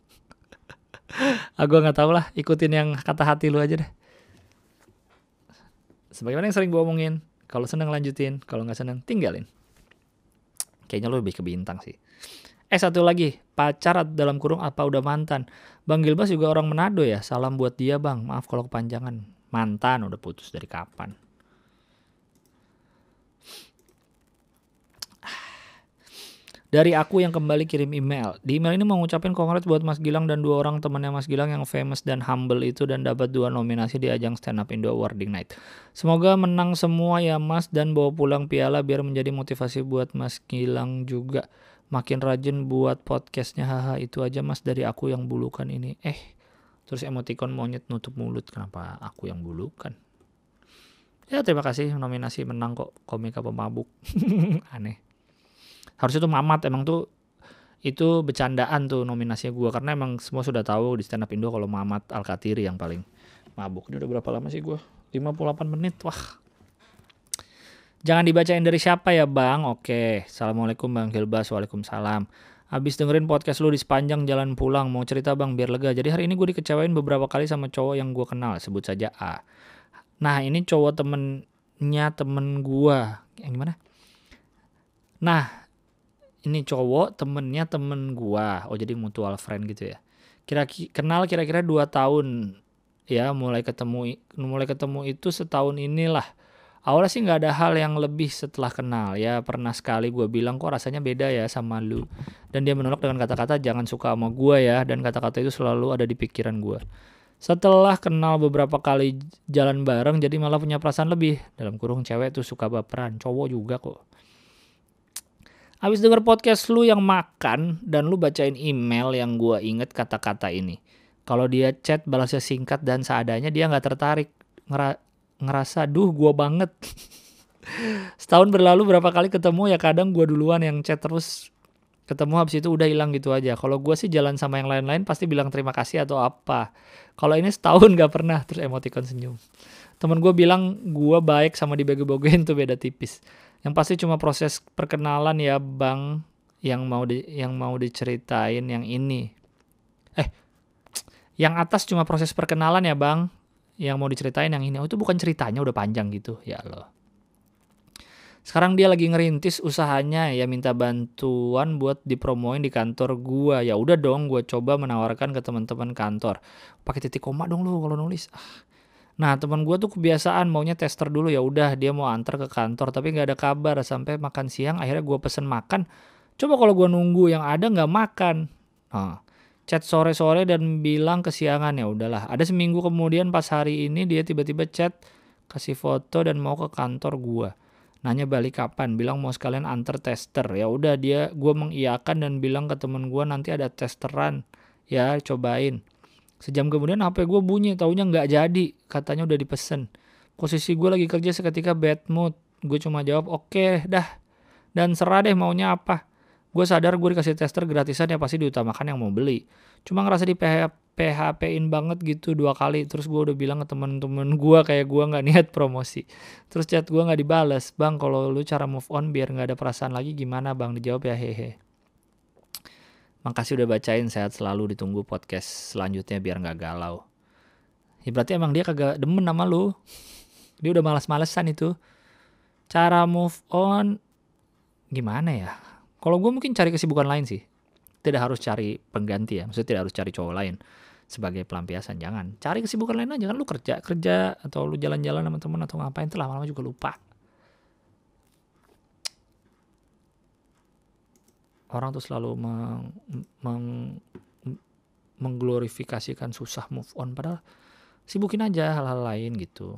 [SPEAKER 1] Gue nggak tahu lah, ikutin yang kata hati lu aja deh. Sebagaimana yang sering gue omongin, kalau seneng lanjutin, kalau nggak seneng tinggalin. Kayaknya lu lebih ke Bintang sih. Satu lagi, pacar dalam kurung apa udah mantan? Bang Gilbas juga orang Manado ya, salam buat dia bang, maaf kalau kepanjangan. Mantan udah putus dari kapan? Dari aku yang kembali kirim email. Di email ini mau ngucapin congrats buat Mas Gilang dan 2 orang temannya Mas Gilang yang famous dan humble itu dan dapat 2 nominasi di ajang Stand Up Indo Awarding Night. Semoga menang semua ya Mas dan bawa pulang piala biar menjadi motivasi buat Mas Gilang juga. Makin rajin buat podcastnya, haha. Itu aja Mas dari aku yang bulukan ini. Terus emoticon monyet nutup mulut. Kenapa aku yang bulukan? Ya terima kasih, nominasi menang kok, komika pemabuk. Aneh. Harusnya tuh Mamat, emang tuh itu bercandaan tuh nominasinya gue, karena emang semua sudah tahu di Stand Up Indo kalau Mamat Al-Katiri yang paling mabuk. Ini udah berapa lama sih gue? 58 menit. Wah. Jangan dibacain dari siapa ya bang? Oke. Assalamualaikum Bang Gilbas. Waalaikumsalam. Habis dengerin podcast lu di sepanjang jalan pulang, mau cerita bang biar lega. Jadi hari ini gue dikecewain beberapa kali sama cowok yang gue kenal, sebut saja A. Nah ini cowok temennya temen gue. Yang gimana? Nah ini cowok temennya temen gua. Oh jadi mutual friend gitu ya. Kenal kira-kira 2 tahun. Ya mulai ketemu itu setahun inilah. Awalnya sih gak ada hal yang lebih setelah kenal. Ya pernah sekali gua bilang kok rasanya beda ya sama lu. Dan dia menolak dengan kata-kata jangan suka sama gua ya. Dan kata-kata itu selalu ada di pikiran gua. Setelah kenal beberapa kali jalan bareng jadi malah punya perasaan lebih. Dalam kurung cewek tuh suka baperan. Cowok juga kok. Habis denger podcast lu yang makan dan lu bacain email yang gua inget kata-kata ini. Kalau dia chat balasnya singkat dan seadanya dia gak tertarik. Ngerasa duh gua banget. Setahun berlalu berapa kali ketemu ya kadang gua duluan yang chat terus ketemu habis itu udah hilang gitu aja. Kalau gua sih jalan sama yang lain-lain pasti bilang terima kasih atau apa. Kalau ini setahun gak pernah, terus emoticon senyum. Temen gua bilang gua baik sama dibego-begoin tuh beda tipis. Yang pasti cuma proses perkenalan ya bang yang mau diceritain yang ini. Yang atas cuma proses perkenalan ya bang, yang mau diceritain yang ini. Oh itu bukan ceritanya, udah panjang gitu. Ya Allah. Sekarang dia lagi ngerintis usahanya ya, minta bantuan buat dipromoin di kantor gua. Ya udah dong, gua coba menawarkan ke teman-teman kantor. Pakai titik koma dong lu kalau nulis. Nah teman gua tuh kebiasaan maunya tester dulu, ya udah dia mau antar ke kantor tapi nggak ada kabar sampai makan siang. Akhirnya gua pesen makan. Coba kalau gua nunggu yang ada nggak makan. Chat sore-sore dan bilang kesiangan, ya udahlah. Ada seminggu kemudian pas hari ini dia tiba-tiba chat kasih foto dan mau ke kantor gua. Nanya balik kapan, bilang mau sekalian antar tester. Ya udah gua mengiyakan dan bilang ke temen gua nanti ada testeran. Ya cobain. Sejam kemudian HP gua bunyi, taunya nggak jadi, katanya udah dipesen. Posisi gua lagi kerja seketika bad mood. Gue cuma jawab oke dah. Dan serah deh maunya apa. Gue sadar gue dikasih tester gratisan ya pasti diutamakan yang mau beli. Cuma ngerasa di PHP-in banget gitu 2 kali. Terus gue udah bilang ke temen-temen gue kayak gue gak niat promosi. Terus chat gue gak dibales. Bang kalau lu cara move on biar gak ada perasaan lagi gimana bang? Dijawab ya hehe. Makasih udah bacain, sehat selalu, ditunggu podcast selanjutnya biar gak galau. Ya berarti emang dia kagak demen sama lu. Dia udah malas-malesan itu. Cara move on gimana ya? Kalau gue mungkin cari kesibukan lain sih. Tidak harus cari pengganti ya. Maksudnya tidak harus cari cowok lain sebagai pelampiasan. Jangan. Cari kesibukan lain aja. Kan lu kerja atau lu jalan-jalan sama temen atau ngapain tuh lama-lama juga lupa. Orang tuh selalu mengglorifikasikan susah move on. Padahal sibukin aja hal-hal lain gitu.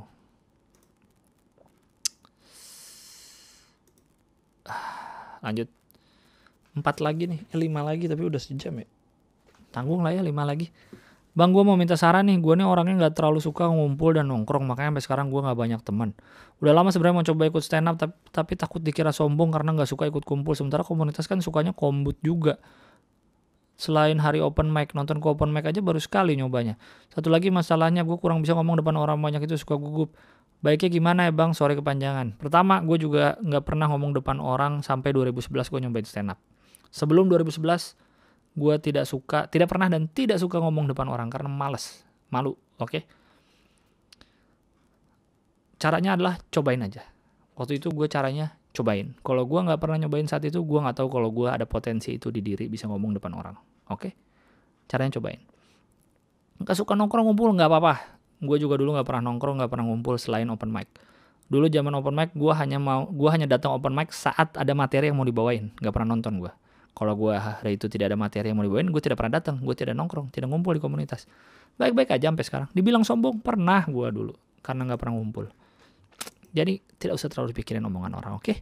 [SPEAKER 1] Lanjut. 4 lagi nih, 5 lagi tapi udah sejam ya. Tanggung lah ya 5 lagi. Bang gue mau minta saran nih, gue nih orangnya gak terlalu suka ngumpul dan nongkrong, makanya sampai sekarang gue gak banyak teman. Udah lama sebenarnya mau coba ikut stand up tapi takut dikira sombong karena gak suka ikut kumpul. Sementara komunitas kan sukanya kombut juga. Selain hari open mic, nonton ke open mic aja baru sekali nyobanya. Satu lagi masalahnya gue kurang bisa ngomong depan orang banyak, itu suka gugup. Baiknya gimana ya bang? Sorry kepanjangan. Pertama gue juga gak pernah ngomong depan orang sampai 2011 gue nyobain stand up. Sebelum 2011 gue tidak pernah dan tidak suka ngomong depan orang karena malu, oke? Caranya adalah cobain aja. Waktu itu gue caranya cobain. Kalau gue nggak pernah nyobain saat itu, gue nggak tahu kalau gue ada potensi itu di diri bisa ngomong depan orang, oke? Caranya cobain. Nggak suka nongkrong ngumpul nggak apa-apa. Gue juga dulu nggak pernah nongkrong, nggak pernah ngumpul selain open mic. Dulu zaman open mic gue hanya datang open mic saat ada materi yang mau dibawain, nggak pernah nonton gue. Kalau gue hari itu tidak ada materi yang mau dibawain, gue tidak pernah datang, gue tidak nongkrong, tidak ngumpul di komunitas. Baik-baik aja sampai sekarang. Dibilang sombong, pernah gue dulu, karena gak pernah ngumpul. Jadi tidak usah terlalu dipikirin omongan orang, oke?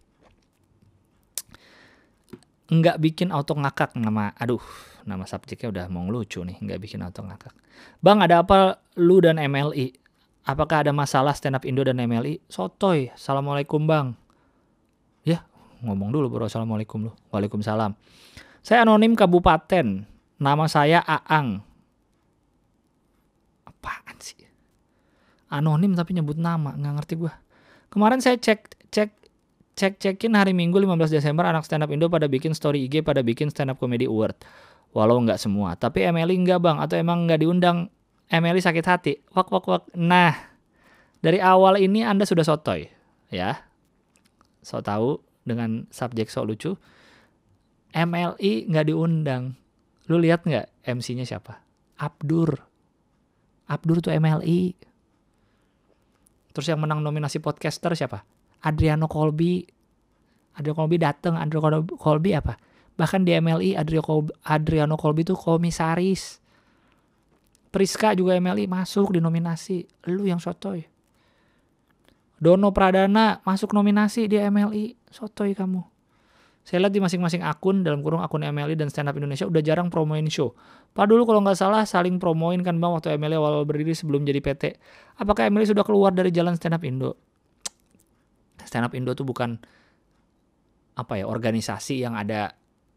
[SPEAKER 1] Nggak bikin auto ngakak, nama subjeknya udah mau ngelucu nih, nggak bikin auto ngakak. Bang ada apa lu dan MLI? Apakah ada masalah stand up Indo dan MLI? Sotoy, assalamualaikum bang. Ya, ngomong dulu bro, assalamualaikum lu. Waalaikumsalam. Saya anonim kabupaten, nama saya Aang. Apaan sih? Anonim tapi nyebut nama, nggak ngerti gue. Kemarin saya cekin hari Minggu 15 Desember anak stand up Indo pada bikin story IG pada bikin stand up comedy award. Walau nggak semua, tapi Emily nggak bang, atau emang nggak diundang? Emily sakit hati. Wak. Nah, dari awal ini Anda sudah sotoy, ya. So tahu dengan subjek so lucu. MLI nggak diundang. Lu lihat nggak MC-nya siapa? Abdur tuh MLI. Terus yang menang nominasi podcaster siapa? Adriano Colby datang. Adriano Colby apa? Bahkan di MLI Adriano Colby tuh komisaris. Priska juga MLI masuk di nominasi. Lu yang sotoy. Dono Pradana masuk nominasi di MLI. Sotoy kamu. Saya lihat di masing-masing akun, dalam kurung akun MLI dan Stand Up Indonesia udah jarang promoin show. Pak dulu kalau nggak salah saling promoin kan bang waktu MLI awal berdiri sebelum jadi PT. Apakah MLI sudah keluar dari jalan Stand Up Indo? Stand Up Indo tuh bukan organisasi yang ada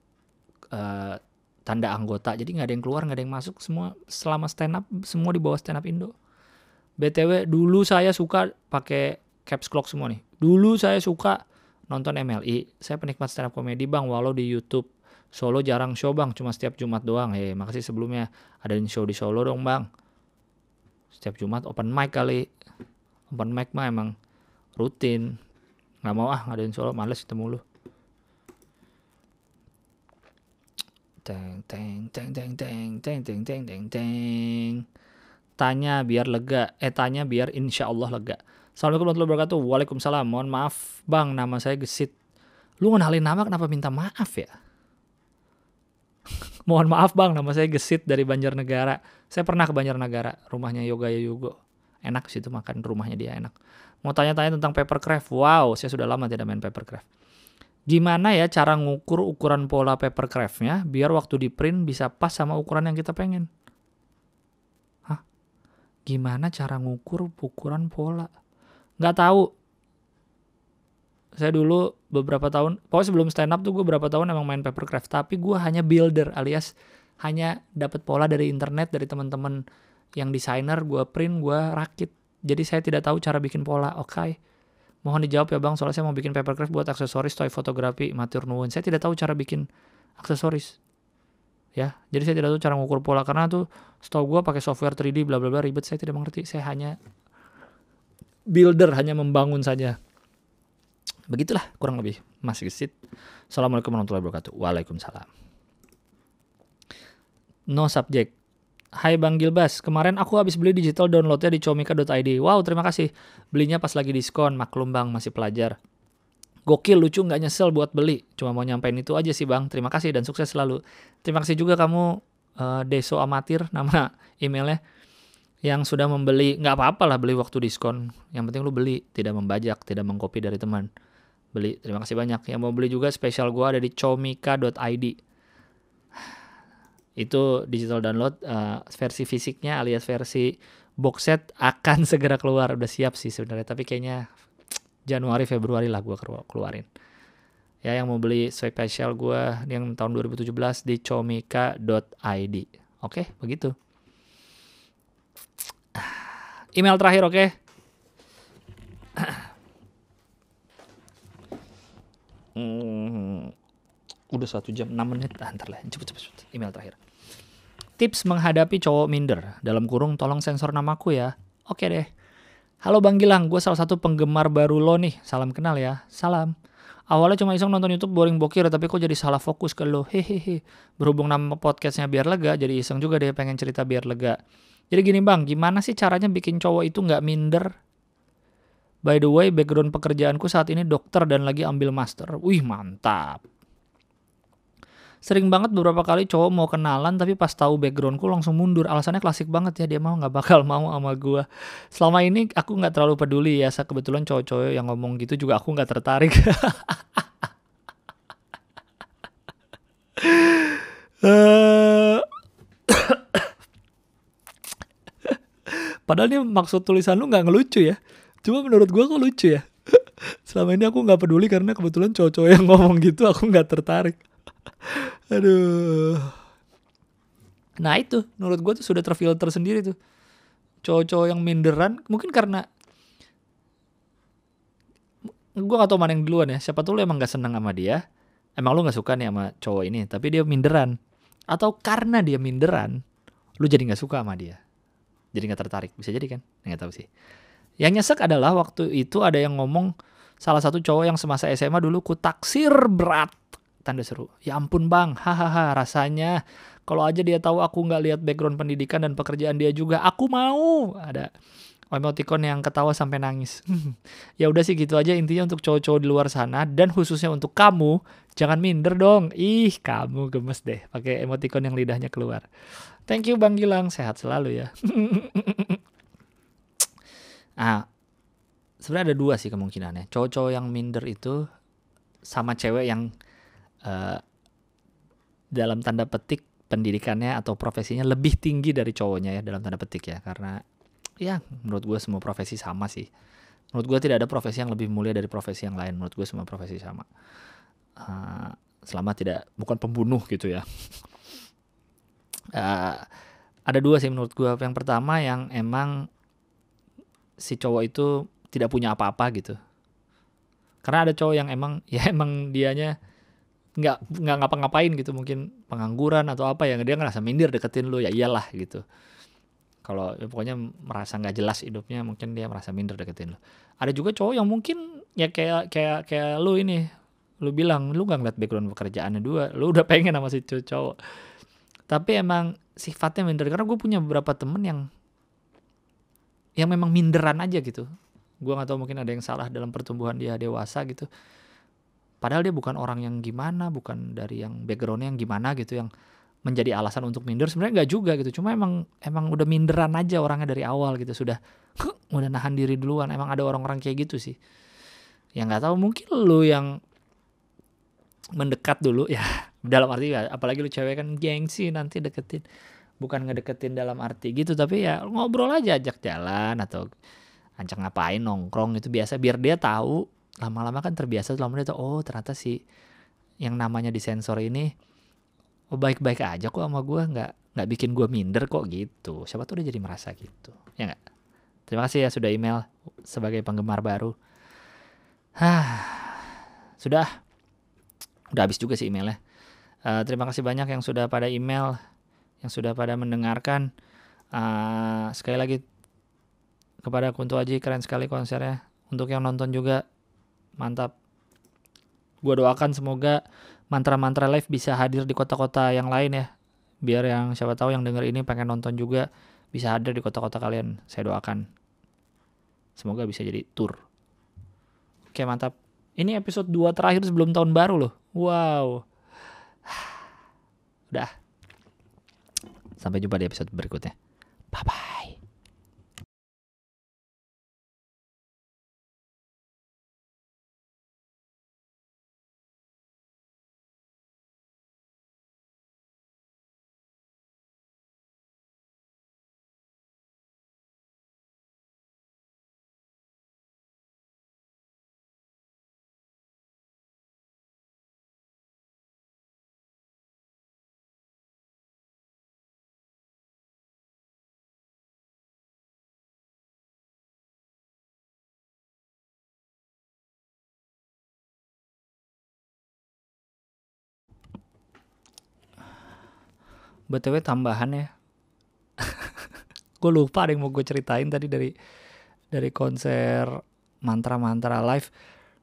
[SPEAKER 1] tanda anggota. Jadi nggak ada yang keluar, nggak ada yang masuk. Semua selama stand up semua di bawah Stand Up Indo. BTW dulu saya suka pakai caps lock semua nih. Dulu saya suka nonton MLI, saya penikmat stand up comedy bang, walau di YouTube Solo jarang show bang, cuma setiap Jumat doang. Makasih sebelumnya. Adain show di Solo dong bang. Setiap Jumat open mic kali. Open mic mah emang rutin. Nggak mau ngadain Solo, males ketemu lu. Teng teng teng teng teng teng teng teng teng teng. Tanya biar lega. Tanya biar insya Allah lega. Assalamualaikum warahmatullahi wabarakatuh. Waalaikumsalam. Mohon maaf bang, nama saya Gesit. Lu ngenalin nama kenapa minta maaf ya? Mohon maaf bang, nama saya Gesit dari Banjarnegara. Saya pernah ke Banjarnegara, rumahnya Yoga Yugo. Enak situ makan, rumahnya dia enak. Mau tanya-tanya tentang papercraft. Wow, saya sudah lama tidak main papercraft. Gimana ya cara ngukur ukuran pola papercraftnya biar waktu di print bisa pas sama ukuran yang kita pengen? Hah? Gimana cara ngukur ukuran pola? Nggak tahu. Saya dulu beberapa tahun, pokoknya sebelum stand up tuh gue beberapa tahun emang main papercraft. Tapi gue hanya builder alias hanya dapat pola dari internet, dari teman-teman yang desainer, gue print, gue rakit. Jadi saya tidak tahu cara bikin pola. Oke. Mohon dijawab ya bang, soalnya saya mau bikin papercraft buat aksesoris toy fotografi, matur nuwun. Saya tidak tahu cara bikin aksesoris. Ya, jadi saya tidak tahu cara mengukur pola karena tuh setahu gue pakai software 3D bla bla bla ribet, saya tidak mengerti. Saya hanya builder, hanya membangun saja. Begitulah kurang lebih Mas Gesit. Assalamualaikum warahmatullahi wabarakatuh. Waalaikumsalam. No subject. Hai Bang Gilbas, kemarin aku habis beli digital downloadnya di comika.id. Wow, terima kasih. Belinya pas lagi diskon, maklum Bang, masih pelajar. Gokil, lucu, nggak nyesel buat beli. Cuma mau nyampein itu aja sih Bang. Terima kasih dan sukses selalu. Terima kasih juga kamu Deso Amatir, nama emailnya, yang sudah membeli. Nggak apa-apa lah beli waktu diskon. Yang penting lu beli, tidak membajak, tidak mengcopy dari teman. Beli, terima kasih banyak. Yang mau beli juga spesial gua ada di comika.id. Itu digital download, versi fisiknya alias versi box set akan segera keluar. Udah siap sih sebenarnya, tapi kayaknya Januari Februari lah gue keluarin. Ya, yang mau beli spesial gue yang tahun 2017 di comika.id. Oke, begitu. Email terakhir, oke? Udah 1 jam 6 menit. Ntar lah, cepet. Email terakhir. Tips menghadapi cowok minder. Dalam kurung, tolong sensor namaku ya. Oke deh. Halo Bang Gilang, gue salah satu penggemar baru lo nih. Salam kenal ya. Salam. Awalnya cuma iseng nonton YouTube boring bokir, tapi kok jadi salah fokus ke lo. Hehehe. Berhubung nama podcastnya biar lega, jadi iseng juga deh pengen cerita biar lega. Jadi gini Bang, gimana sih caranya bikin cowok itu nggak minder? By the way, background pekerjaanku saat ini dokter dan lagi ambil master. Wih, mantap. Sering banget beberapa kali cowok mau kenalan tapi pas tahu backgroundku langsung mundur. Alasannya klasik banget ya, dia mau nggak bakal mau sama gue. Selama ini aku nggak terlalu peduli ya. Kebetulan cowok-cowok yang ngomong gitu juga aku nggak tertarik. Padahal ini maksud tulisan lu nggak ngelucu ya. Cuma menurut gue kok lucu ya. Selama ini aku nggak peduli karena kebetulan cowok-cowok yang ngomong gitu aku nggak tertarik. Aduh. Nah itu menurut gue tuh sudah terfilter sendiri tuh. Cowok-cowok yang minderan mungkin karena gue gak tau mana yang duluan ya. Siapa tuh lu emang gak seneng sama dia, emang lu gak suka nih sama cowok ini, tapi dia minderan. Atau karena dia minderan lu jadi gak suka sama dia, jadi gak tertarik. Bisa jadi kan, gak tahu sih. Yang nyesek adalah waktu itu ada yang ngomong, salah satu cowok yang semasa SMA dulu ku taksir berat, tanda seru. Ya ampun bang, hahaha, rasanya kalau aja dia tahu aku nggak lihat background pendidikan dan pekerjaan dia juga, aku mau. Ada emoticon yang ketawa sampai nangis. Ya udah sih gitu aja intinya untuk cowok-cowok di luar sana dan khususnya untuk kamu, jangan minder dong. Ih, kamu gemes deh pakai emoticon yang lidahnya keluar. Thank you Bang Gilang, sehat selalu ya. Sebenarnya ada 2 sih kemungkinannya. Cowok-cowok yang minder itu sama cewek yang dalam tanda petik pendidikannya atau profesinya lebih tinggi dari cowoknya ya, dalam tanda petik ya. Karena ya menurut gue semua profesi sama sih. Menurut gue tidak ada profesi yang lebih mulia dari profesi yang lain. Menurut gue semua profesi sama. Selama bukan pembunuh gitu ya. Ada 2 sih menurut gue. Yang pertama yang emang si cowok itu tidak punya apa-apa gitu. Karena ada cowok yang emang dianya nggak ngapa-ngapain gitu, mungkin pengangguran atau apa ya, dia ngerasa minder deketin lu, ya iyalah gitu. Kalau ya pokoknya merasa nggak jelas hidupnya, mungkin dia merasa minder deketin lu. Ada juga cowok yang mungkin ya kayak lu ini, lu bilang lu nggak ngeliat background pekerjaannya dua, lu udah pengen sama si cowok, tapi emang sifatnya minder. Karena gue punya beberapa temen yang memang minderan aja gitu. Gue nggak tahu, mungkin ada yang salah dalam pertumbuhan dia dewasa gitu. Padahal dia bukan orang yang gimana, bukan dari yang backgroundnya yang gimana gitu, yang menjadi alasan untuk minder. Sebenarnya nggak juga gitu. Cuma emang udah minderan aja orangnya dari awal gitu. Udah nahan diri duluan. Emang ada orang-orang kayak gitu sih. Yang nggak tahu, mungkin lu yang mendekat dulu ya. Dalam arti ya, apalagi lu cewek kan gengsi nanti deketin. Bukan ngedeketin dalam arti gitu, tapi ya ngobrol aja, ajak jalan atau ajak ngapain, nongkrong itu biasa, biar dia tahu. Lama-lama kan terbiasa, lama dia tahu, oh ternyata si yang namanya disensor ini baik-baik aja kok sama gue, nggak bikin gue minder kok gitu. Siapa tuh dia jadi merasa gitu, ya nggak? Terima kasih ya sudah email sebagai penggemar baru. Sudah habis juga sih emailnya. Terima kasih banyak yang sudah pada email, yang sudah pada mendengarkan. Sekali lagi kepada Kunto Aji, keren sekali konsernya. Untuk yang nonton juga mantap. Gue doakan semoga mantra-mantra live bisa hadir di kota-kota yang lain ya. Biar yang siapa tahu yang denger ini pengen nonton juga bisa hadir di kota-kota kalian. Saya doakan. Semoga bisa jadi tour. Oke, mantap. Ini episode 2 terakhir sebelum tahun baru loh. Wow. Udah. Sampai jumpa di episode berikutnya. Bye-bye. BTW tambahan ya. Gue lupa ada yang mau gue ceritain tadi dari konser mantra-mantra live.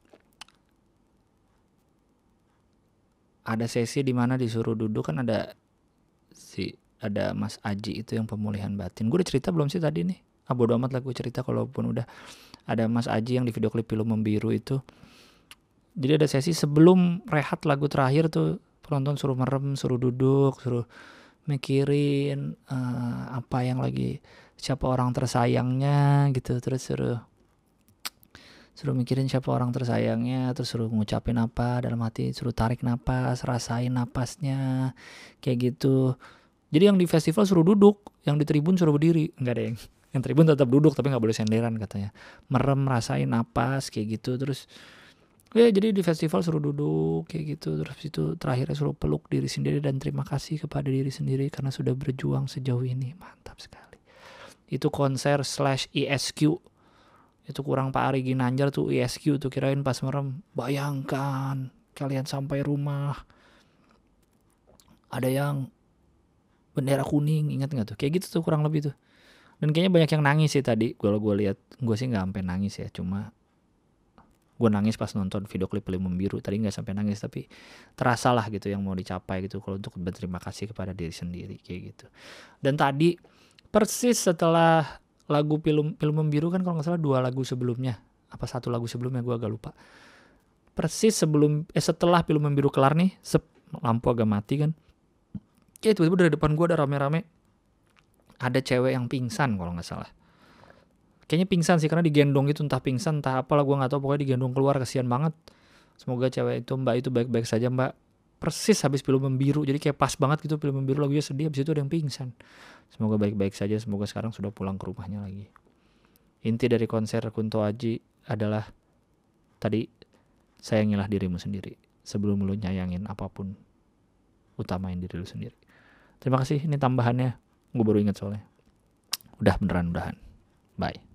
[SPEAKER 1] Ada sesi di mana disuruh duduk, kan ada Mas Aji itu yang pemulihan batin. Gue udah cerita belum sih tadi nih? Bodo amat lah gue cerita kalaupun udah. Ada Mas Aji yang di video klip Film Membiru itu. Jadi ada sesi sebelum rehat lagu terakhir tuh, penonton suruh merem, suruh duduk, suruh mikirin apa yang lagi, siapa orang tersayangnya gitu, terus suruh mikirin siapa orang tersayangnya, terus suruh ngucapin apa dalam hati, suruh tarik napas, rasain napasnya, kayak gitu. Jadi yang di festival suruh duduk, yang di tribun suruh berdiri. Enggak ada yang tribun tetap duduk tapi nggak boleh senderan katanya. Merem, rasain napas kayak gitu. Terus ya jadi di festival suruh duduk kayak gitu. Terus itu terakhirnya suruh peluk diri sendiri dan terima kasih kepada diri sendiri karena sudah berjuang sejauh ini. Mantap sekali. Itu konser /ESQ. Itu kurang Pak Ari Ginanjar tuh ESQ tuh, kirain pas merem. Bayangkan kalian sampai rumah ada yang bendera kuning, ingat nggak tuh? Kayak gitu tuh kurang lebih tuh. Dan kayaknya banyak yang nangis sih tadi. Kalau gue lihat, gue sih nggak sampai nangis ya, cuma gue nangis pas nonton video klip Film Membiru. Tadi nggak sampai nangis, tapi terasa lah gitu yang mau dicapai gitu. Kalau untuk berterima kasih kepada diri sendiri kayak gitu. Dan tadi persis setelah lagu Film Membiru kan, kalau nggak salah 2 lagu sebelumnya, apa 1 lagu sebelumnya, gue agak lupa. Persis setelah Film Membiru kelar nih, lampu agak mati kan. Kayak tiba-tiba dari depan gue ada rame-rame, ada cewek yang pingsan kalau nggak salah. Kayaknya pingsan sih, karena digendong gitu, entah pingsan entah apalah, gue nggak tahu, pokoknya digendong keluar, kasihan banget. Semoga cewek itu, mbak itu baik-baik saja mbak. Persis habis Film Membiru, jadi kayak pas banget gitu Film Membiru, lagunya sedih, habis itu ada yang pingsan. Semoga baik-baik saja, semoga sekarang sudah pulang ke rumahnya lagi. Inti dari konser Kunto Aji adalah tadi, sayangilah dirimu sendiri. Sebelum lu nyayangin apapun, utamain diri lu sendiri. Terima kasih, ini tambahannya. Gue baru ingat soalnya. Udah beneran, udahan. Bye.